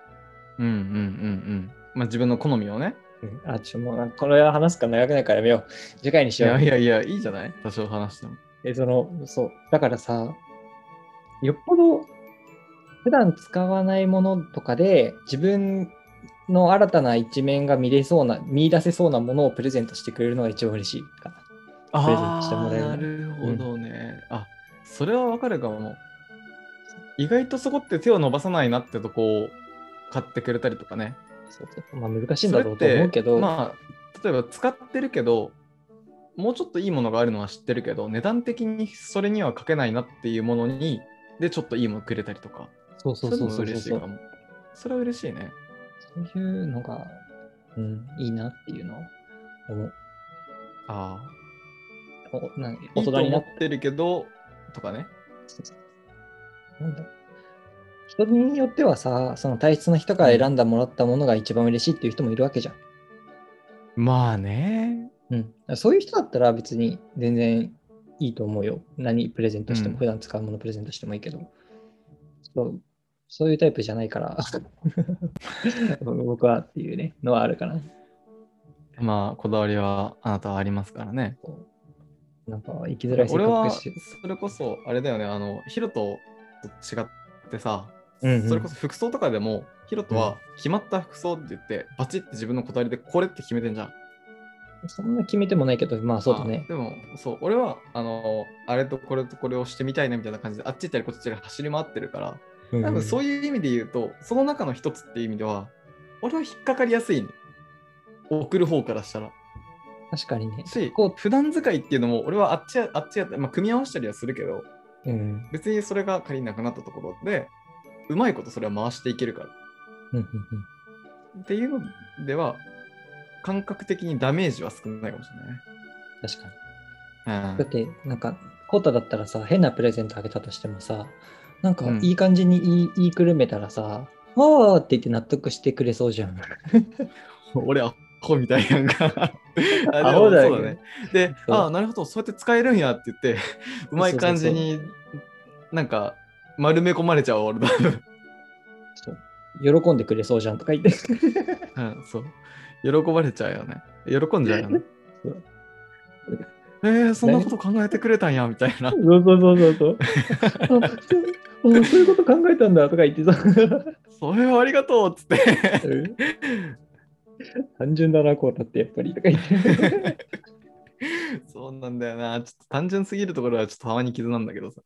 自分の好みをね。 もうこれは話すから長くないからやめよう。次回にしよう。 いや、いいじゃない多少話しても。 そう。だからさ、よっぽど普段使わないものとかで自分の新たな一面が見出せそうなものをプレゼントしてくれるのが一番嬉しいかな。プレゼントしてもらえる。 なるほどね。それはわかるかも。意外とそこって手を伸ばさないなってとこを買ってくれたりとかね。 難しいんだろうと思うけど。 例えば使ってるけど、もうちょっといいものがあるのは知ってるけど、値段的にそれにはかけないなっていうものに、でちょっといいものくれたりとか。 そう嬉しいかも。それは嬉しいね。 そういうのが、いいなっていうのを思う。 いいと思ってるけど、とかね。 人によってはさ、その体質の人から選んだもらったものが一番嬉しいっていう人もいるわけじゃん。 まあね。 そういう人だったら別に全然いいと思うよ。何プレゼントしても、普段使うものプレゼントしてもいいけど。そういうタイプじゃないから僕はっていうねのはあるかな。 こだわりはあなたはありますからね。 なんか生きづらい性格俺はそれこそあれだよね、ヒロトと違ってさ、それこそ服装とかでもヒロトは決まった服装って言って、バチって自分のこだわりでこれって決めてんじゃん。 そんな決めてもないけど、そうだね。 でもそう俺はあれとこれとこれをしてみたいなみたいな感じであっち行ったりこっち行ったり走り回ってるから、多分そういう意味で言うと、その中の一つっていう意味では俺は引っかかりやすいね、送る方からしたら。 確かにね。 普段使いっていうのも俺はあっちやって、組み合わせたりはするけど、別にそれが仮になくなったところでうまいことそれは回していけるからっていうのでは感覚的にダメージは少ないかもしれないね。 確かに。だってなんかコータだったらさ、変なプレゼントあげたとしてもさ、なんかいい感じに言いくるめたらさ、って言って納得してくれそうじゃん。 俺アホみたいやんか。 あ、でアホだよもそうだね。で、 そうあ、なるほど、そうやって使えるんやって言って、うまい感じになんか丸め込まれちゃう、俺多分。 そう喜んでくれそうじゃんとか言って。 うん、そう。喜ばれちゃうよね。喜んじゃうよね。 そうそんなこと考えてくれたんや、みたいな。 そうそうそうそうそう。あそういうこと考えたんだとか言ってさ。 それはありがとうっつって。 単純だな、こうだってやっぱりとか言って。 そうなんだよな。ちょっと単純すぎるところはちょっとたまに傷なんだけどさ。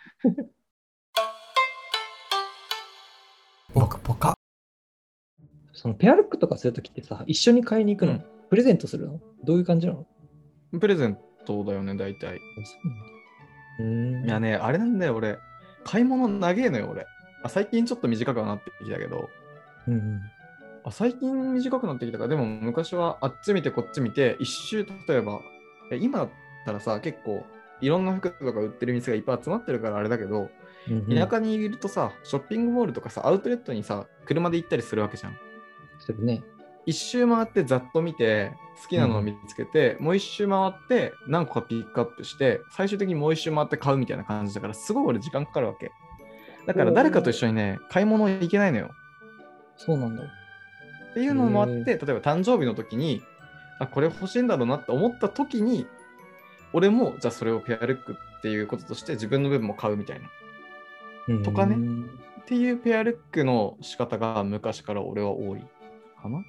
ポカポカ。 そのペアルックとかするときってさ、一緒に買いに行くの、プレゼントするのどういう感じなの？ プレゼントだよね、大体。いやね、あれなんだよ、俺。買い物長えのよ、俺。最近ちょっと短くはなってきたけど。最近短くなってきたから、でも昔はあっち見てこっち見て、一周、例えば、今だったらさ、結構いろんな服とか売ってる店がいっぱい集まってるからあれだけど、田舎にいるとさ、ショッピングモールとかさ、アウトレットにさ、車で行ったりするわけじゃん。 するね。 一周回ってざっと見て、好きなのを見つけて、もう一周回って何個かピックアップして、最終的にもう一周回って買うみたいな感じだから、すごい俺時間かかるわけ。だから誰かと一緒にね、買い物行けないのよ。 そうなんだ。 っていうのもあって、例えば誕生日の時に、これ欲しいんだろうなって思った時に、俺もじゃあそれをペアルックっていうこととして自分の分も買うみたいな。とかね。っていうペアルックの仕方が昔から俺は多いかな。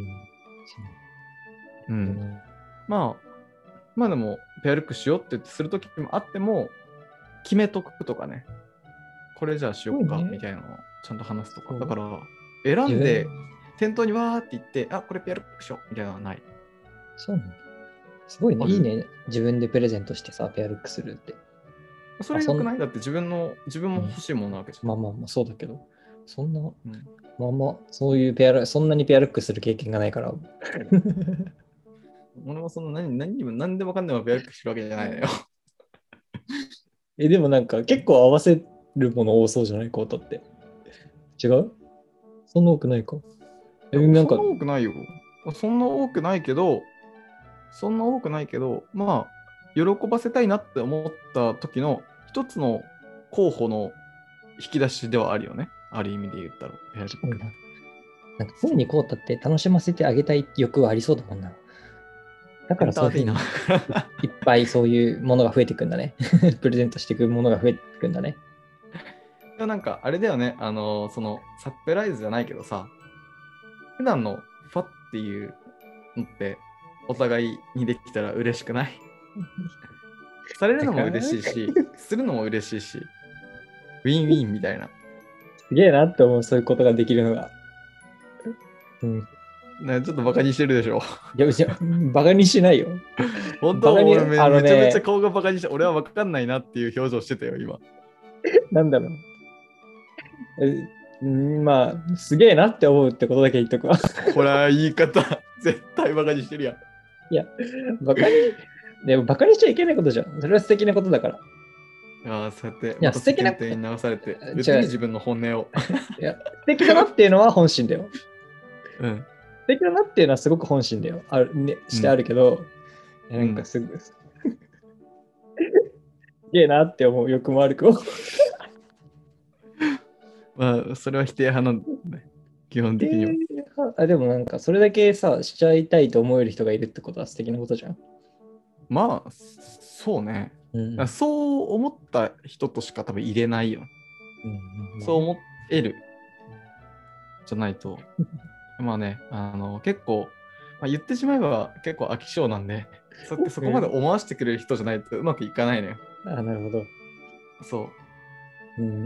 まあでも、ペアルックしようって言ってする時もあっても、決めとくとかね。これじゃあしようかみたいなのをちゃんと話すとか。だから、選んで、店頭にわーって言って、これペアルックしようみたいなのはない。 そうなんだ。すごいね。いいね。自分でプレゼントしてさ、ペアルックするって。 それよくない？だって自分も欲しいものなわけじゃん。 まあ、そうだけど、そんな、そういうそんなにペアルックする経験がないから。 俺もそんな何でもかんでもペアルックするわけじゃないのよ。 でもなんか結構合わせるもの多そうじゃないコートって。違う？そんな多くないか。 そんな多くないよ。そんな多くないけど、まあ、喜ばせたいなって思った時の一つの候補の引き出しではあるよね。ある意味で言ったら。ペアルック。 なんか常にコートって楽しませてあげたい欲はありそうだもんな。だからそういうふうにいっぱいそういうものが増えていくんだね。プレゼントしていくものが増えていくんだね。 でもなんかあれだよね、そのサプライズじゃないけどさ、普段のファっていうのってお互いにできたら嬉しくない？されるのも嬉しいし、するのも嬉しいし、ウィンウィンみたいな。 すげえなって思う、そういうことができるのが。 ちょっとバカにしてるでしょ。 いや、バカにしないよ。 本当俺めちゃめちゃ顔がバカにして、俺は分かんないなっていう表情してたよ、今。 なんだろう。まあ、すげえなって思うってことだけ言っとくわ。 ほら、言い方、絶対バカにしてるやん。 いや、でもバカにしちゃいけないことじゃん。それは素敵なことだから。 そうやって、 いや、素敵なことに流されて、別に自分の本音を。 いや、素敵だなっていうのは本心だよ。 素敵だなっていうのはすごく本心だよ。してあるけど、なんかすぐ、すげえなって思う欲も悪くも。 それは否定派なんだね。基本的には。 でもなんか、それだけさ、しちゃいたいと思える人がいるってことは素敵なことじゃん。 まあ、そうね。そう思った人としか多分入れないよ。そう思える。じゃないと。まあね、結構、言ってしまえば結構飽き性なんで、そうやってそこまで思わせてくれる人じゃないとうまくいかないのよ。 なるほど。 そう。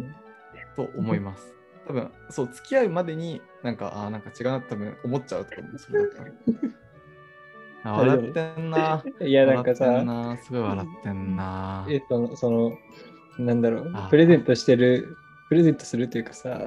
と思います。多分、そう、付き合うまでになんか違うなって多分思っちゃうと思う。それだったら。笑ってんな。 いや、なんかさ、 すごい笑ってんな。 なんだろう、プレゼントするっていうかさ、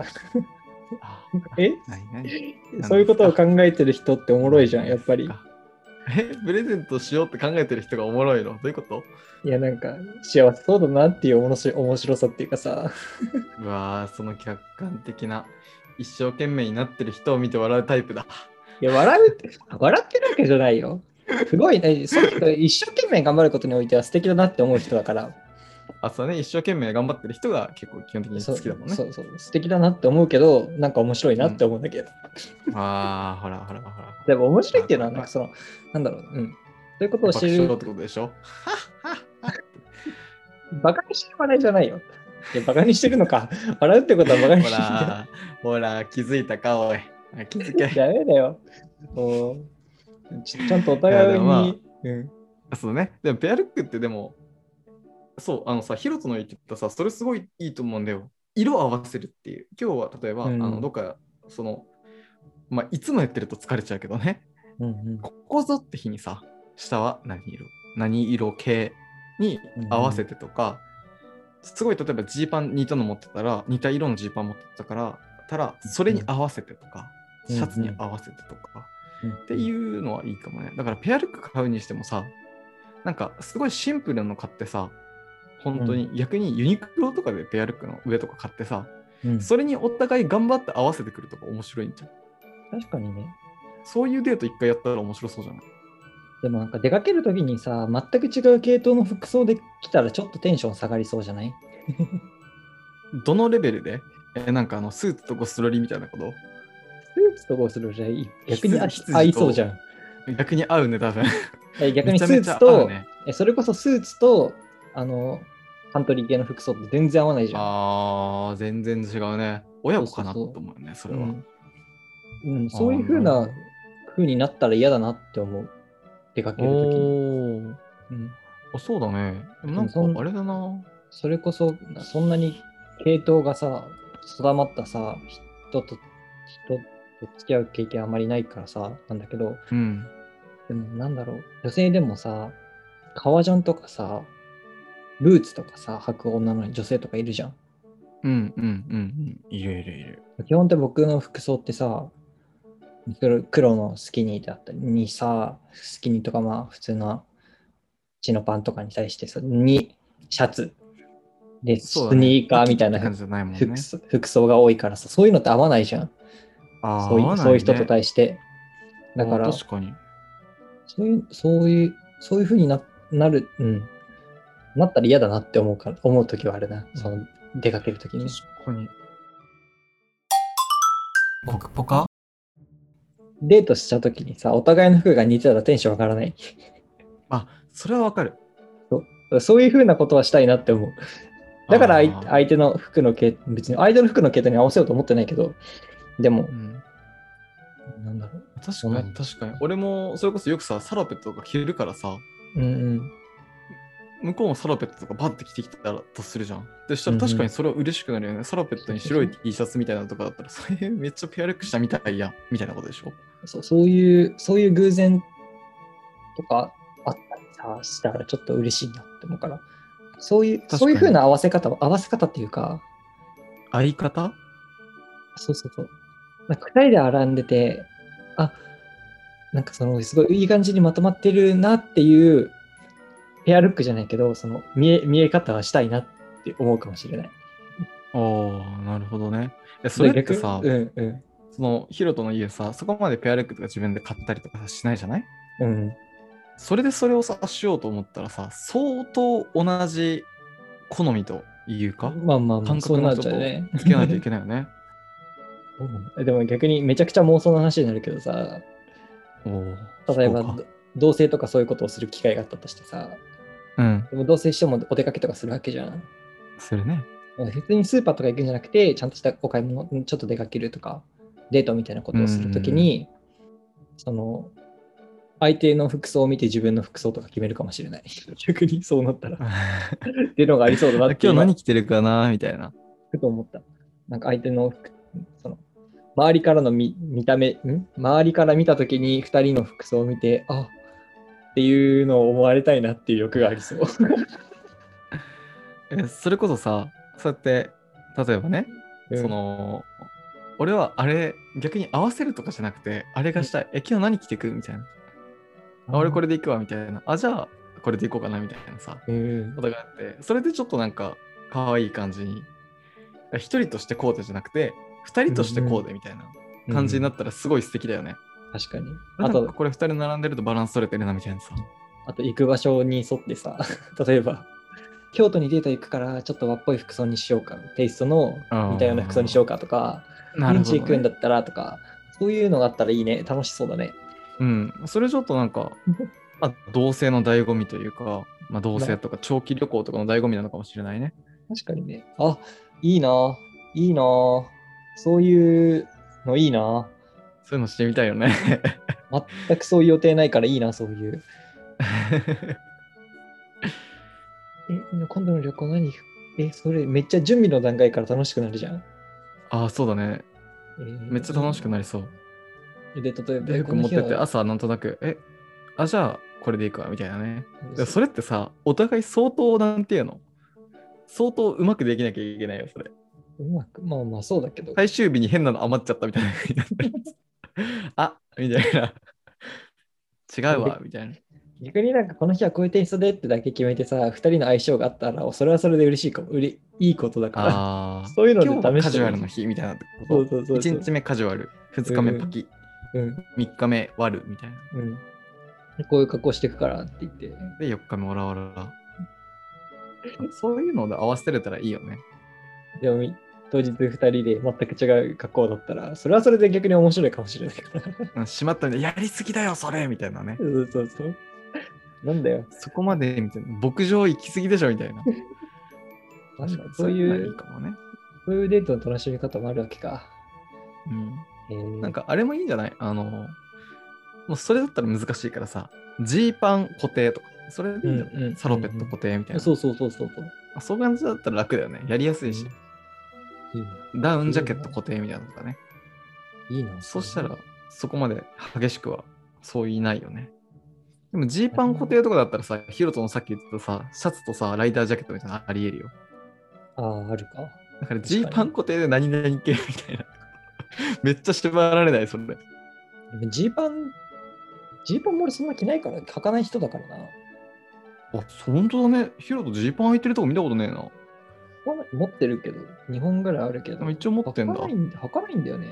そういうことを考えてる人っておもろいじゃん、やっぱり。 プレゼントしようって考えてる人がおもろいの？どういうこと？ いや、なんか、幸せそうだなっていう面白さっていうかさ。 うわぁ、その客観的な、一生懸命になってる人を見て笑うタイプだ。 いや、笑ってるわけじゃないよ。 すごいね。その人一生懸命頑張ることにおいては素敵だなって思う人だから。 そうね、一生懸命頑張ってる人が結構基本的に好きだもんね。 そう素敵だなって思うけど、なんか面白いなって思うんだけど。 ああ、ほら。 でも面白いっていうのは、なんかなんだろう、そういうことを知る。 爆笑ってことでしょ。 バカにしてる笑いじゃないよ。バカにしてるのか。笑うってことはバカにしてる。 ほら、気づいたか、おい。気づけ。 ダメだよ。ちゃんとお互いに。 そうね。でも、ペアルックってでも、そう、ヒロトの言ってたさ、それすごいいいと思うんだよ。色合わせるっていう。今日は例えば、どっか、いつもやってると疲れちゃうけどね。ここぞって日にさ、下は何色系に合わせてとか、すごい例えばジーパン似たの持ってたら、似た色のジーパン持ってたから、それに合わせてとか、シャツに合わせてとか、っていうのはいいかもね。だからペアルック買うにしてもさ、なんかすごいシンプルなの買ってさ、本当に逆にユニクロとかでペアルックの上とか買ってさ、それにお互い頑張って合わせてくるとか面白いんじゃん。 確かにね。 そういうデート一回やったら面白そうじゃない？ でもなんか出かけるときにさ、全く違う系統の服装で来たらちょっとテンション下がりそうじゃない？ どのレベルで？なんかスーツとゴスロリみたいなこと？ スーツとゴスロリ逆に合いそうじゃん。 逆に合うね、多分。 逆にスーツと、それこそスーツと、カントリー系の服装って全然合わないじゃん。 全然違うね。親子かなと思うよね、それは。 そういう風になったら嫌だなって思う。出かけるときに。 そうだね。でもなんかあれだな。 それこそ、そんなに系統がさ、定まったさ、人と付き合う経験あまりないからさ、なんだけど、でもなんだろう、女性でもさ、革ジャンとかさ、ブーツとかさ、履く女の女性とかいるじゃん。 いる。 基本って僕の服装ってさ、黒のスキニーだったりにさ、スキニーとか普通のチノパンとかに対してさ、にシャツで、スニーカーみたいな服装が多いからさ、そういうのって合わないじゃん。そういう人と対して。だから、 確かに。 そういう風になる、なったら嫌だなって思うときはあるな。出かけるときに。 確かに。 僕ポカ？ デートしたときにさ、お互いの服が似てたらテンション上がらない。 それはわかる。 そういう風なことはしたいなって思う。だから相手の服の別に相手の服の系統に合わせようと思ってないけど、でも、なんだろう。 確かに。俺もそれこそよくさ、サラペットとか着るからさ、向こうもサラペットとかバッて着てきたらとするじゃん。でしたら確かにそれは嬉しくなるよね。サラペットに白い T シャツみたいなのとかだったら、それめっちゃペアルックしたみたいやんみたいなことでしょ。 そういう偶然とかあったりさしたらちょっと嬉しいなって思うから、そういう風な合わせ方っていうか、 相方？ そうなんか2人で並んでて、なんかすごいいい感じにまとまってるなっていうペアルックじゃないけど、見え方はしたいなって思うかもしれない。 なるほどね。それってさ、ヒロトの家さ、そこまでペアルックとか自分で買ったりとかしないじゃない？それでそれをさ、しようと思ったらさ、相当同じ好みというか、感覚の人とつけないといけないよね。 でも逆にめちゃくちゃ妄想の話になるけどさ、例えば同棲とかそういうことをする機会があったとしてさ、でも同棲してもお出かけとかするわけじゃん。 するね。 普通にスーパーとか行くんじゃなくて、ちゃんとしたお買い物、ちょっと出かけるとか、デートみたいなことをするときに、相手の服装を見て自分の服装とか決めるかもしれない。逆にそうなったら。っていうのがありそうだなって。 今日何着てるかなみたいな。 ふと思った。なんか相手の周りからの見た目、周りから見たときに2人の服装を見て、っていうのを思われたいなっていう欲がありそう。 それこそさ、そうやって例えばね、俺はあれ逆に合わせるとかじゃなくて、あれがしたい。今日何着てくみたいな。俺これで行くわみたいな。じゃあこれで行こうかなみたいなさ、ことがあって、それでちょっとなんか可愛い感じに、一人としてこうでじゃなくて、二人としてこうでみたいな感じになったらすごい素敵だよね。 確かに。 あと、これ2人並んでるとバランス取れてるなみたいなさ。 あと、行く場所に沿ってさ、例えば、京都にデート行くから、ちょっと和っぽい服装にしようか、テイストの似たような服装にしようかとか、現地行くんだったらとか、そういうのがあったらいいね。楽しそうだね。 うん。それちょっとなんか、同棲の醍醐味というか、同棲とか長期旅行とかの醍醐味なのかもしれないね。 確かにね。あ、いいな。いいな。そういうのいいな。 そういうのしてみたいよね。 全くそういう予定ないからいいな、そういう。今度の旅行何？それめっちゃ準備の段階から楽しくなるじゃん。 ああ、そうだね。めっちゃ楽しくなりそう。 で、例えば、 よく持ってて、朝なんとなく、じゃあこれでいいか、みたいなね。それってさ、お互い相当なんていうの相当うまくできなきゃいけないよ、それ。 うまく、まあまあそうだけど。 最終日に変なの余っちゃったみたいな。あみたいな。違うわ、みたいな。 逆になんかこの日はこういうテイストでってだけ決めてさ、二人の相性があったら、それはそれで嬉しいかも。いいことだから。そういうので試して。 今日はカジュアルの日みたいなこと。 そう。 1日目カジュアル、2日目パキ、3日目割るみたいな。 こういう格好していくからって言って。 で、4日目オラオラ。そういうので合わせれたらいいよね。 でも、当日2人で全く違う格好だったら、それはそれで逆に面白いかもしれないから。 しまったんで、やりすぎだよ、それみたいなね。 そう。なんだよ。 そこまでみたいな。牧場行き過ぎでしょみたいな。 そういう、 いいかもね。 そういうデートの楽しみ方もあるわけか。 なんかあれもいいんじゃない？もうそれだったら難しいからさ、ジーパン固定とか、それでいいんだよ。サロペット固定みたいな。 そう。 そういう感じだったら楽だよね。やりやすいし。ダウンジャケット固定みたいなのとかね。 いいな。 そしたら、そこまで激しくはそういないよね。でもジーパン固定とかだったらさ、ヒロトのさっき言ってたさ、シャツとさ、ライダージャケットみたいなのありえるよ。 あるか。 だからジーパン固定で何々系みたいな。めっちゃ縛られない、それで。 ジーパンも俺そんな着ないから、履かない人だからな。 本当だね。ヒロトジーパン履いてるとこ見たことねえな。 持ってるけど、2本ぐらいあるけど。 一応持ってんだ。 履かないんだよね。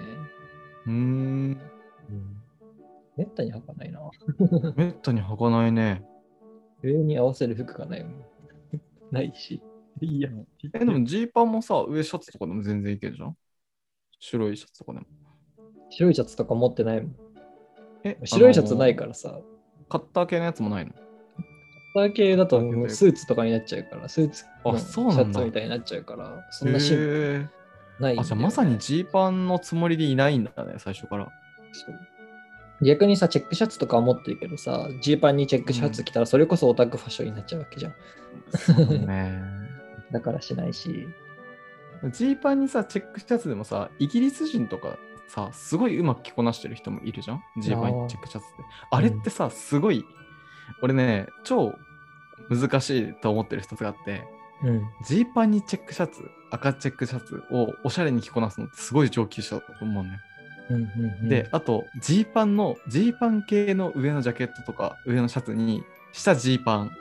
めったに履かないな。 めったに履かないね。 上に合わせる服がないもん。ないし。いいや。 でもジーパンもさ、上シャツとかでも全然いけるじゃん。白いシャツとかでも。 白いシャツとか持ってないもん。白いシャツないからさ。 カッター系のやつもないの？ カッター系だとスーツとかになっちゃうから、スーツのシそうなんだ。 ャツみたいになっちゃうから、そんなシンプルないんだよね。 じゃあまさにジーパンのつもりでいないんだね、最初から。 そう逆にさ、チェックシャツとかは持ってるけどさ、ジーパンにチェックシャツ着たらそれこそオタクファッションになっちゃうわけじゃん。 そうだね。 だからしないし。 ジーパンにさ、チェックシャツでもさ、イギリス人とかさ、すごいうまく着こなしてる人もいるじゃん。ジーパンにチェックシャツって。あれってさ、すごい、俺ね、超難しいと思ってる一つがあって、ジーパンにチェックシャツ、赤チェックシャツをおしゃれに着こなすのってすごい上級者だと思うね。で、あと、ジーパン系の上のジャケットとか、上のシャツに、下ジーパン。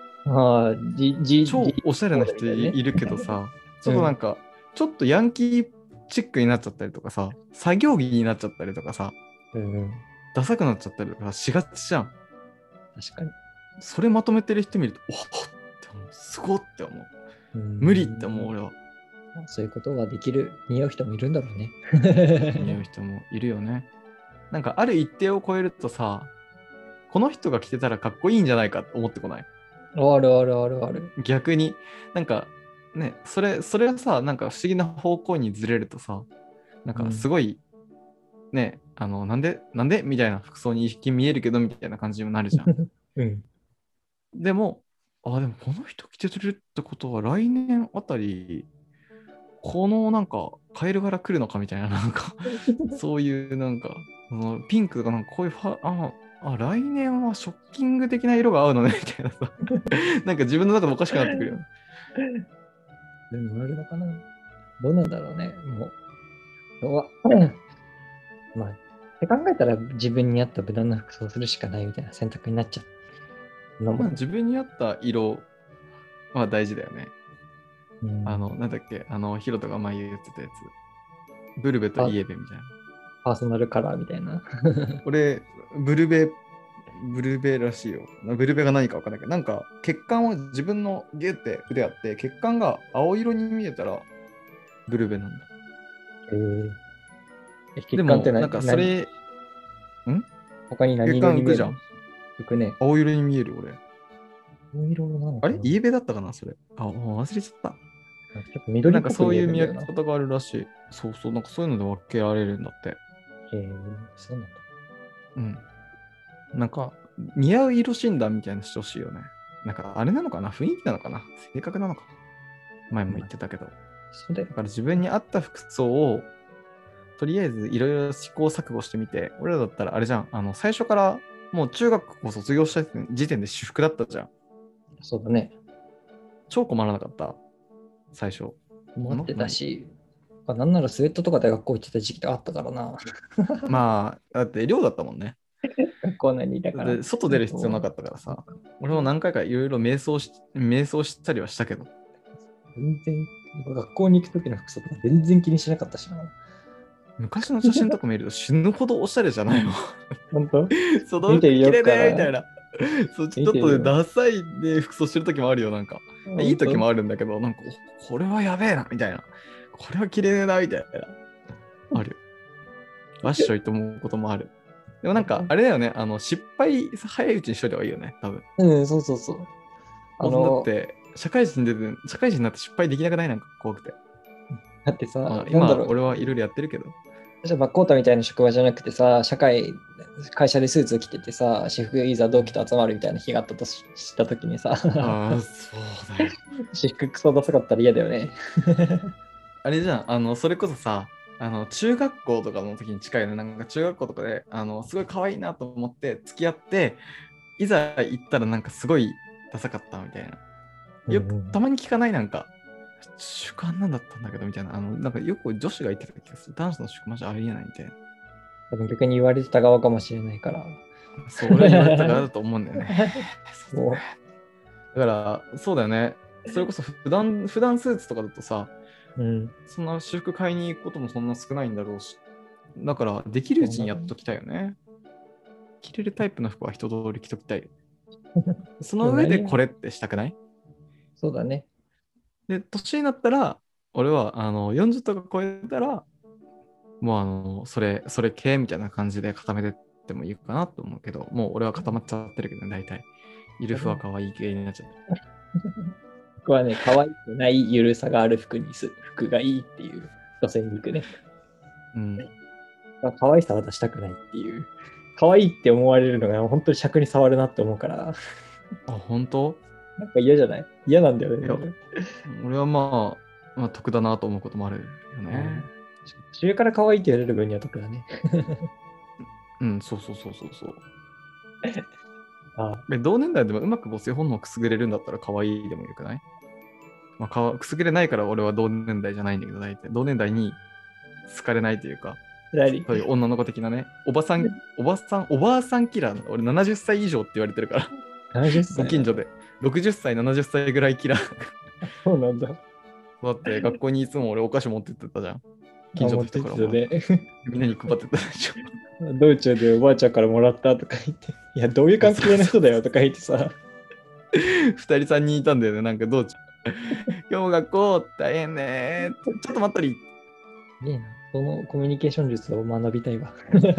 超おしゃれな人いるけどさ、ちょっとなんか、ちょっとヤンキーチックになっちゃったりとかさ、作業着になっちゃったりとかさ、ダサくなっちゃったりとかしがちじゃん。 確かに。 それまとめてる人見ると、おっって思う。すごって思う。無理って思う、俺は。 そういうことができる、似合う人もいるんだろうね。 似合う人もいるよね。なんかある一定を超えるとさ、この人が着てたらかっこいいんじゃないかって思ってこない？ ある。 逆に、なんかね、それはさ、なんか不思議な方向にずれるとさ、なんかすごい、ね、なんでみたいな服装に一見見えるけどみたいな感じにもなるじゃん。でもこの人着てるってことは来年あたり、このなんかカエル柄来るのかみたいな、なんかそういうなんかピンクとかなんかこういう来年はショッキング的な色が合うのねみたいなさなんか自分の中でおかしくなってくるよね。 でもあるのかな、どうなんだろうね。まあって考えたら自分に合った無難な服装するしかないみたいな選択になっちゃう。 自分に合った色は大事だよね。なんだっけ、ヒロトが前言ってたやつ。ブルベとイエベみたいな。 パーソナルカラーみたいな。 俺、ブルベらしいよ。ブルベが何か分かんないけど、なんか血管を自分のギュって腕あって、血管が青色に見えたらブルベなんだ。 血管ってなんかそれ、 他に何色に見える？ 血管浮くじゃん。 浮くね。 青色に見える俺。 青色なのかな？ あれイエベだったかなそれ。もう忘れちゃった。 ちょっと緑なんかそういう見っぽく見えるんだよな。 分け方があるらしい。そうそう、なんかそういうので分けられるんだって。 そうなんだ。 うん。なんか、似合う色診断みたいなのしてほしいよね。なんか、あれなのかな雰囲気なのかな性格なのかな前も言ってたけど。だから自分に合った服装を、とりあえずいろいろ試行錯誤してみて、俺らだったらあれじゃん。最初からもう中学校卒業した時点で私服だったじゃん。 そうだね。 超困らなかった。最初。 持ってたし、なんならスウェットとかで学校行ってた時期があったからな。 まあ、だって寮だったもんね。 学校内にだから。 外出る必要なかったからさ。俺も何回かいろいろ瞑想したりはしたけど。 全然、学校に行く時の服装とか全然気にしなかったしな。 昔の写真とか見ると死ぬほどおしゃれじゃないの。 本当？ その服着れねみたいな。そうちょっとでダサいで服装してる時もあるよ、なんか。いい時もあるんだけど、なんか、これはやべえな、みたいな。これは着れねえな、みたいな。あるよ。わっしょいと思うこともある。でもなんか、あれだよね、失敗早いうちにしといた方がいいよね、多分。 そうそうそう。 だって、社会人になって失敗できなくないなんか怖くて。 だってさ、 今、俺はいろいろやってるけど。 じゃあ、バックオーターみたいな職場じゃなくてさ、会社でスーツ着ててさ、私服いざ同期と集まるみたいな日があったとしたときにさ、 そうだよ。 私服クソダサかったら嫌だよね。 あれじゃん、それこそさ、中学校とかの時に近いね、なんか中学校とかで、すごい可愛いなと思って付き合って、いざ行ったらなんかすごいダサかったみたいな。よくたまに聞かないなんか、主観なんだったんだけどみたいな。なんかよく女子が言ってた気がする。男子の主観マジありえないみたいな。 多分逆に言われてた側かもしれないから。 そう、俺は言われた側だと思うんだよね。だから、そうだよね。それこそ普段スーツとかだとさ、そんな私服買いに行くこともそんな少ないんだろうし。だから、できるうちにやっときたいよね。着れるタイプの服は一通り着ときたい。その上でこれってしたくない？ そうだね。 で、年になったら、俺は40とか超えたら、もうそれ系みたいな感じで固めてってもいいかなと思うけど、もう俺は固まっちゃってるけど、大体。ゆるふわ可愛い系になっちゃって。 僕はね、可愛くないゆるさがある服がいいっていう路線に行くね。可愛さは出したくないっていう。可愛いって思われるのが本当に尺に触るなって思うから。 本当？ なんか嫌じゃない？嫌なんだよね。 俺はまあ得だなと思うこともあるよね。 年上から可愛いって言われる分には得だね。 そう。同年代でもうまく母性本能をくすぐれるんだったら可愛いでもよくない？くすぐれないから俺は同年代じゃないんだけど、大体同年代に好かれないというか、そういう女の子的なね、おばあさんキラー。俺70歳以上って言われてるから。 70歳ご近所で60歳、70歳ぐらいキラー。 そうなんだ。 だって学校にいつも俺お菓子持ってってたじゃん。近所の人からも、みんなに配ってたでしょ。道中でおばあちゃんからもらったとか言って、いや、どういう関係の人だよとか言ってさ。 2人3人いたんだよね、なんか道中。今日学校大変ね。ちょっと待ったり。 いいな、そのコミュニケーション術を学びたいわ。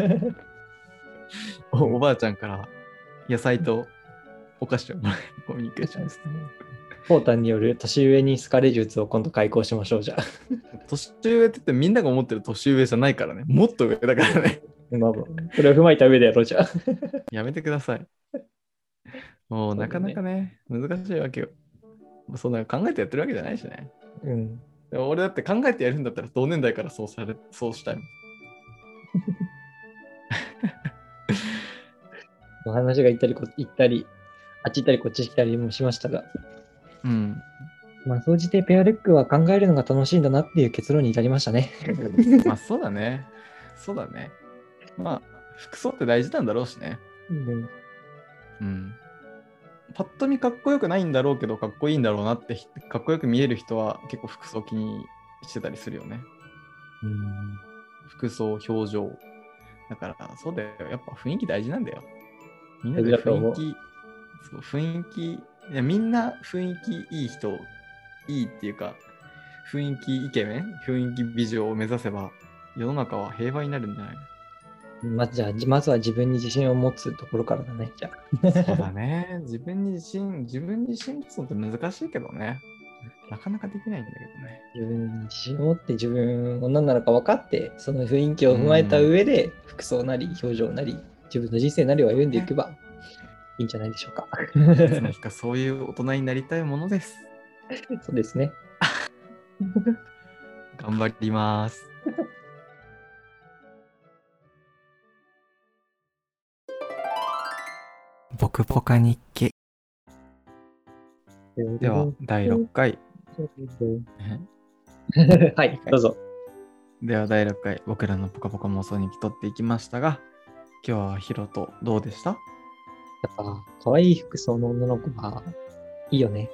おばあちゃんから野菜とお菓子をもらえるコミュニケーションですね。 ポータンによる年上に好かれ術を今度開講しましょうじゃあ。 年上って言ってみんなが思ってる年上じゃないからね。もっと上だからね。 それを踏まえた上でやろうじゃあ。 やめてください。もうなかなかね、難しいわけよ。そんな考えてやってるわけじゃないしね。でも俺だって考えてやるんだったら同年代からそうしたいもん。 話が行ったり、あっち行ったりこっち来たりもしましたが。総じてペアルックは考えるのが楽しいんだなっていう結論に至りましたね。 そうだね。服装って大事なんだろうしね。パッと見かっこよくないんだろうけど、かっこいいんだろうなって、かっこよく見える人は結構服装気にしてたりするよね。服装、表情、 だから、そうだよ。やっぱ雰囲気大事なんだよ。みんなで雰囲気、そう、雰囲気、いや、みんな雰囲気いい人、いいっていうか、雰囲気イケメン、雰囲気美女を目指せば、世の中は平和になるんじゃないの？ じゃあ、まずは自分に自信を持つところからだね、じゃあ。そうだね。自分に自信持つのって難しいけどね。なかなかできないんだけどね。 自分に自信を持って自分を何なのか分かって、その雰囲気を踏まえた上で、服装なり表情なり、自分の人生なりを歩んでいけばいいんじゃないでしょうか。 いつの日かそういう大人になりたいものです。 そうですね。 頑張ります。 ぼくぽか日記。 では、第6回。 はい、どうぞ。 では、第6回、僕らのぽかぽか妄想日記取っていきましたが、今日はヒロトどうでした？ やっぱ、可愛い服装の女の子はいいよね。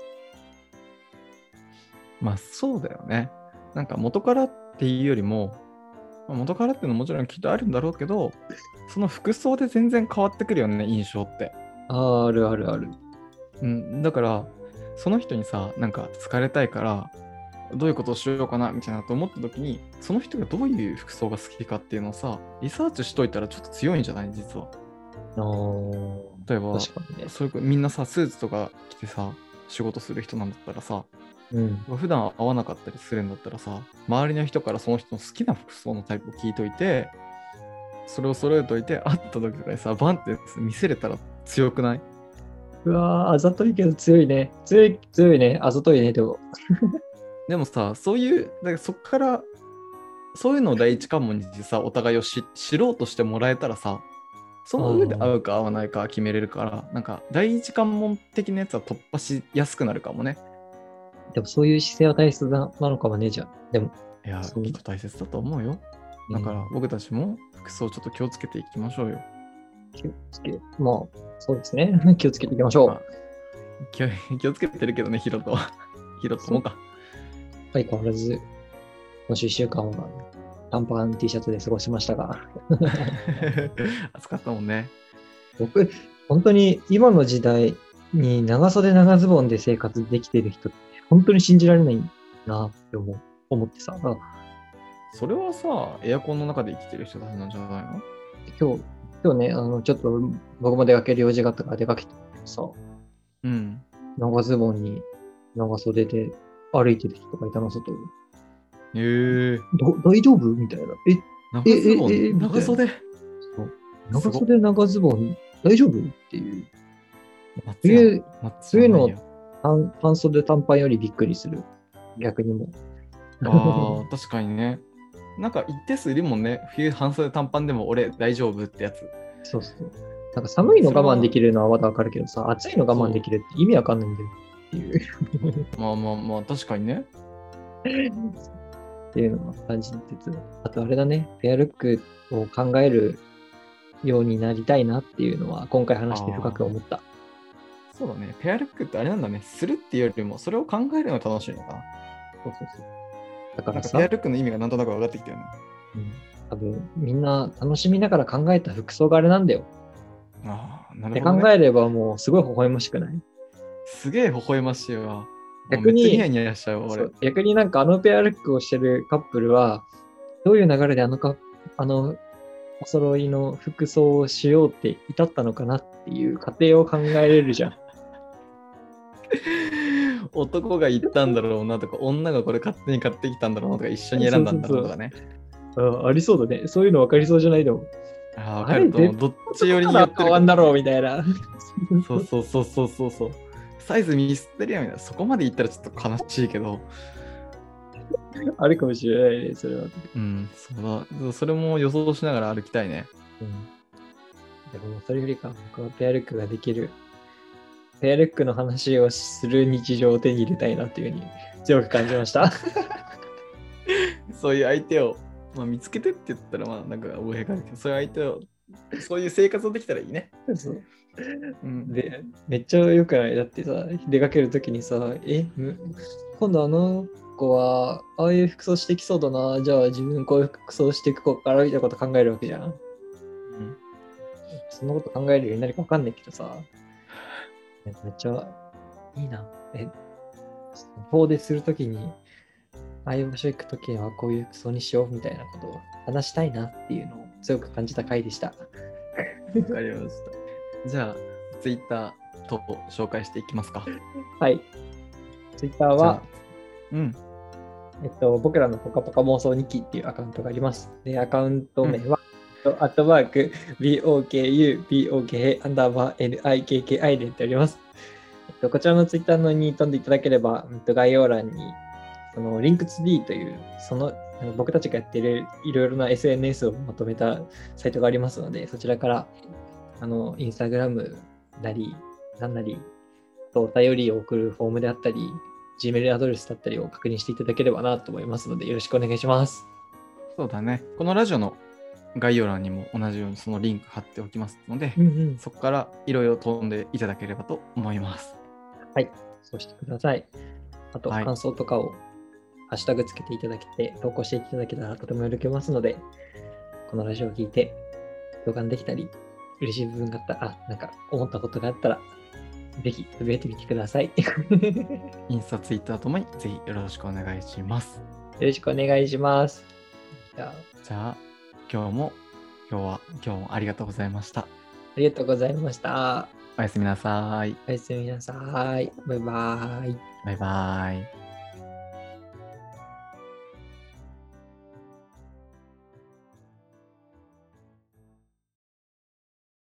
まあ、そうだよね。なんか元からっていうよりも、元からっていうのももちろんきっとあるんだろうけど、その服装で全然変わってくるよね、印象って。 あるあるある。 だから、その人にさ、なんか好かれたいから、どういうことをしようかなみたいなと思った時に、その人がどういう服装が好きかっていうのをさ、リサーチしといたらちょっと強いんじゃない実は。例えば、 確かにね。 それみんなさ、スーツとか着てさ、仕事する人なんだったらさ、普段会わなかったりするんだったらさ、周りの人からその人の好きな服装のタイプを聞いといて、それを揃えといて、会った時とかにさ、バンって見せれたら強くない？ うわー、あざといけど強いね。強いね。あざといね、でも。 でもさ、そういう、だからそっから、そういうのを第一関門にしてさ、お互いを知ろうとしてもらえたらさ、その上で合うか合わないか決めれるから、なんか第一関門的なやつは突破しやすくなるかもね。 でもそういう姿勢は大切なのかもね、じゃあ。でも。 いや、きっと大切だと思うよ。だから僕たちも服装ちょっと気をつけていきましょうよ。 まあ、そうですね。気をつけていきましょう。まあ、 気をつけてるけどね、ヒロトもか。 相変わらず、今週1週間は短パン T シャツで過ごしましたが。 暑かったもんね。 僕、本当に今の時代に長袖長ズボンで生活できてる人って本当に信じられないなって思ってさ。 それはさ、エアコンの中で生きてる人たちなんじゃないの？ 今日ね、ちょっと僕も出かける用事があったから出かけてさ、長ズボンに長袖で歩いてる人がいたの、外。大丈夫みたいな。 長袖長袖長ズボン大丈夫っていう。冬の半袖短パンよりびっくりする。逆にも。 ああ、確かにね。なんか一定数いるもんね。冬半袖短パンでも俺大丈夫ってやつ。 そう。なんか寒いの我慢できるのはまだわかるけどさ、暑いの我慢できるって意味わかんないんだよっていう。 まあ、確かにね。 っていうのを感じてて、あとあれだね、ペアルックを考えるようになりたいなっていうのは今回話して深く思った。 そうだね、ペアルックってあれなんだね、するっていうよりもそれを考えるのが楽しいのかな。 そう。だからさ、 ペアルックの意味がなんとなく分かってきたよね。 多分みんな楽しみながら考えた服装があれなんだよ。 なるほど、ね。 考えればもうすごい微笑ましくない？ すげえ微笑ましいわ。 逆に、 ニヤニヤしちゃう俺。 逆になんかペアルックをしてるカップルは、どういう流れでお揃いの服装をしようって至ったのかなっていう過程を考えれるじゃん。 男が言ったんだろうなとか、女がこれ勝手に買ってきたんだろうなとか、一緒に選んだんだろうとかね。 ありそうだね。そういうの分かりそうじゃないの？ 分かると思う。どっちよりによってる。 変わんだろうみたいな。 そう。サイズミスってるやんみたいな。そこまで言ったらちょっと悲しいけど。 あるかもしれないね、それは。 そうだ。それも予想しながら歩きたいね。 でもそれよりか、僕はペアルックができる。ペアルックの話をする日常を手に入れたいなっていうふうに強く感じました。 そういう相手を、見つけてって言ったらなんか覚えがあるけど、そういう相手を、そういう生活をできたらいいね。 そうで、めっちゃ良くない？だってさ、出かけるときにさ、今度あの子はああいう服装してきそうだな、じゃあ自分こういう服装していこうかなみたいなこと考えるわけじゃん。 そんなこと考えるようになるかわかんないけどさ、めっちゃいいな。遠出するときに、ああいう場所行くときはこういう服装にしようみたいなことを話したいなっていうのを強く感じた回でした。 わかりました。じゃあ、ツイッターと紹介していきますか。 はい。ツイッターは、僕らのポカポカ妄想日記っていうアカウントがあります。で、アカウント名は、@BOKU、BOKA_NIKKI でやっております。こちらのツイッターに飛んでいただければ、概要欄に、そのリンクツリーという、僕たちがやっているいろいろな SNS をまとめたサイトがありますので、そちらから、インスタグラムなり、なんなり、お便りを送るフォームであったり、Gmail アドレスだったりを確認していただければなと思いますので、よろしくお願いします。 そうだね。このラジオの概要欄にも同じようにそのリンク貼っておきますので、そこからいろいろ飛んでいただければと思います。 はい、そうしてください。あと、感想とかをハッシュタグつけていただけて、投稿していただけたらとても喜びますので、このラジオを聞いて共感できたり、嬉しい部分があったら、なんか思ったことがあったら、ぜひつぶやいてみてください。 インスタ、ツイッターともにぜひよろしくお願いします。 よろしくお願いします。 じゃあ、今日もありがとうございました。ありがとうございました。 おやすみなさい。 おやすみなさい。バイバーイ。 バイバイ。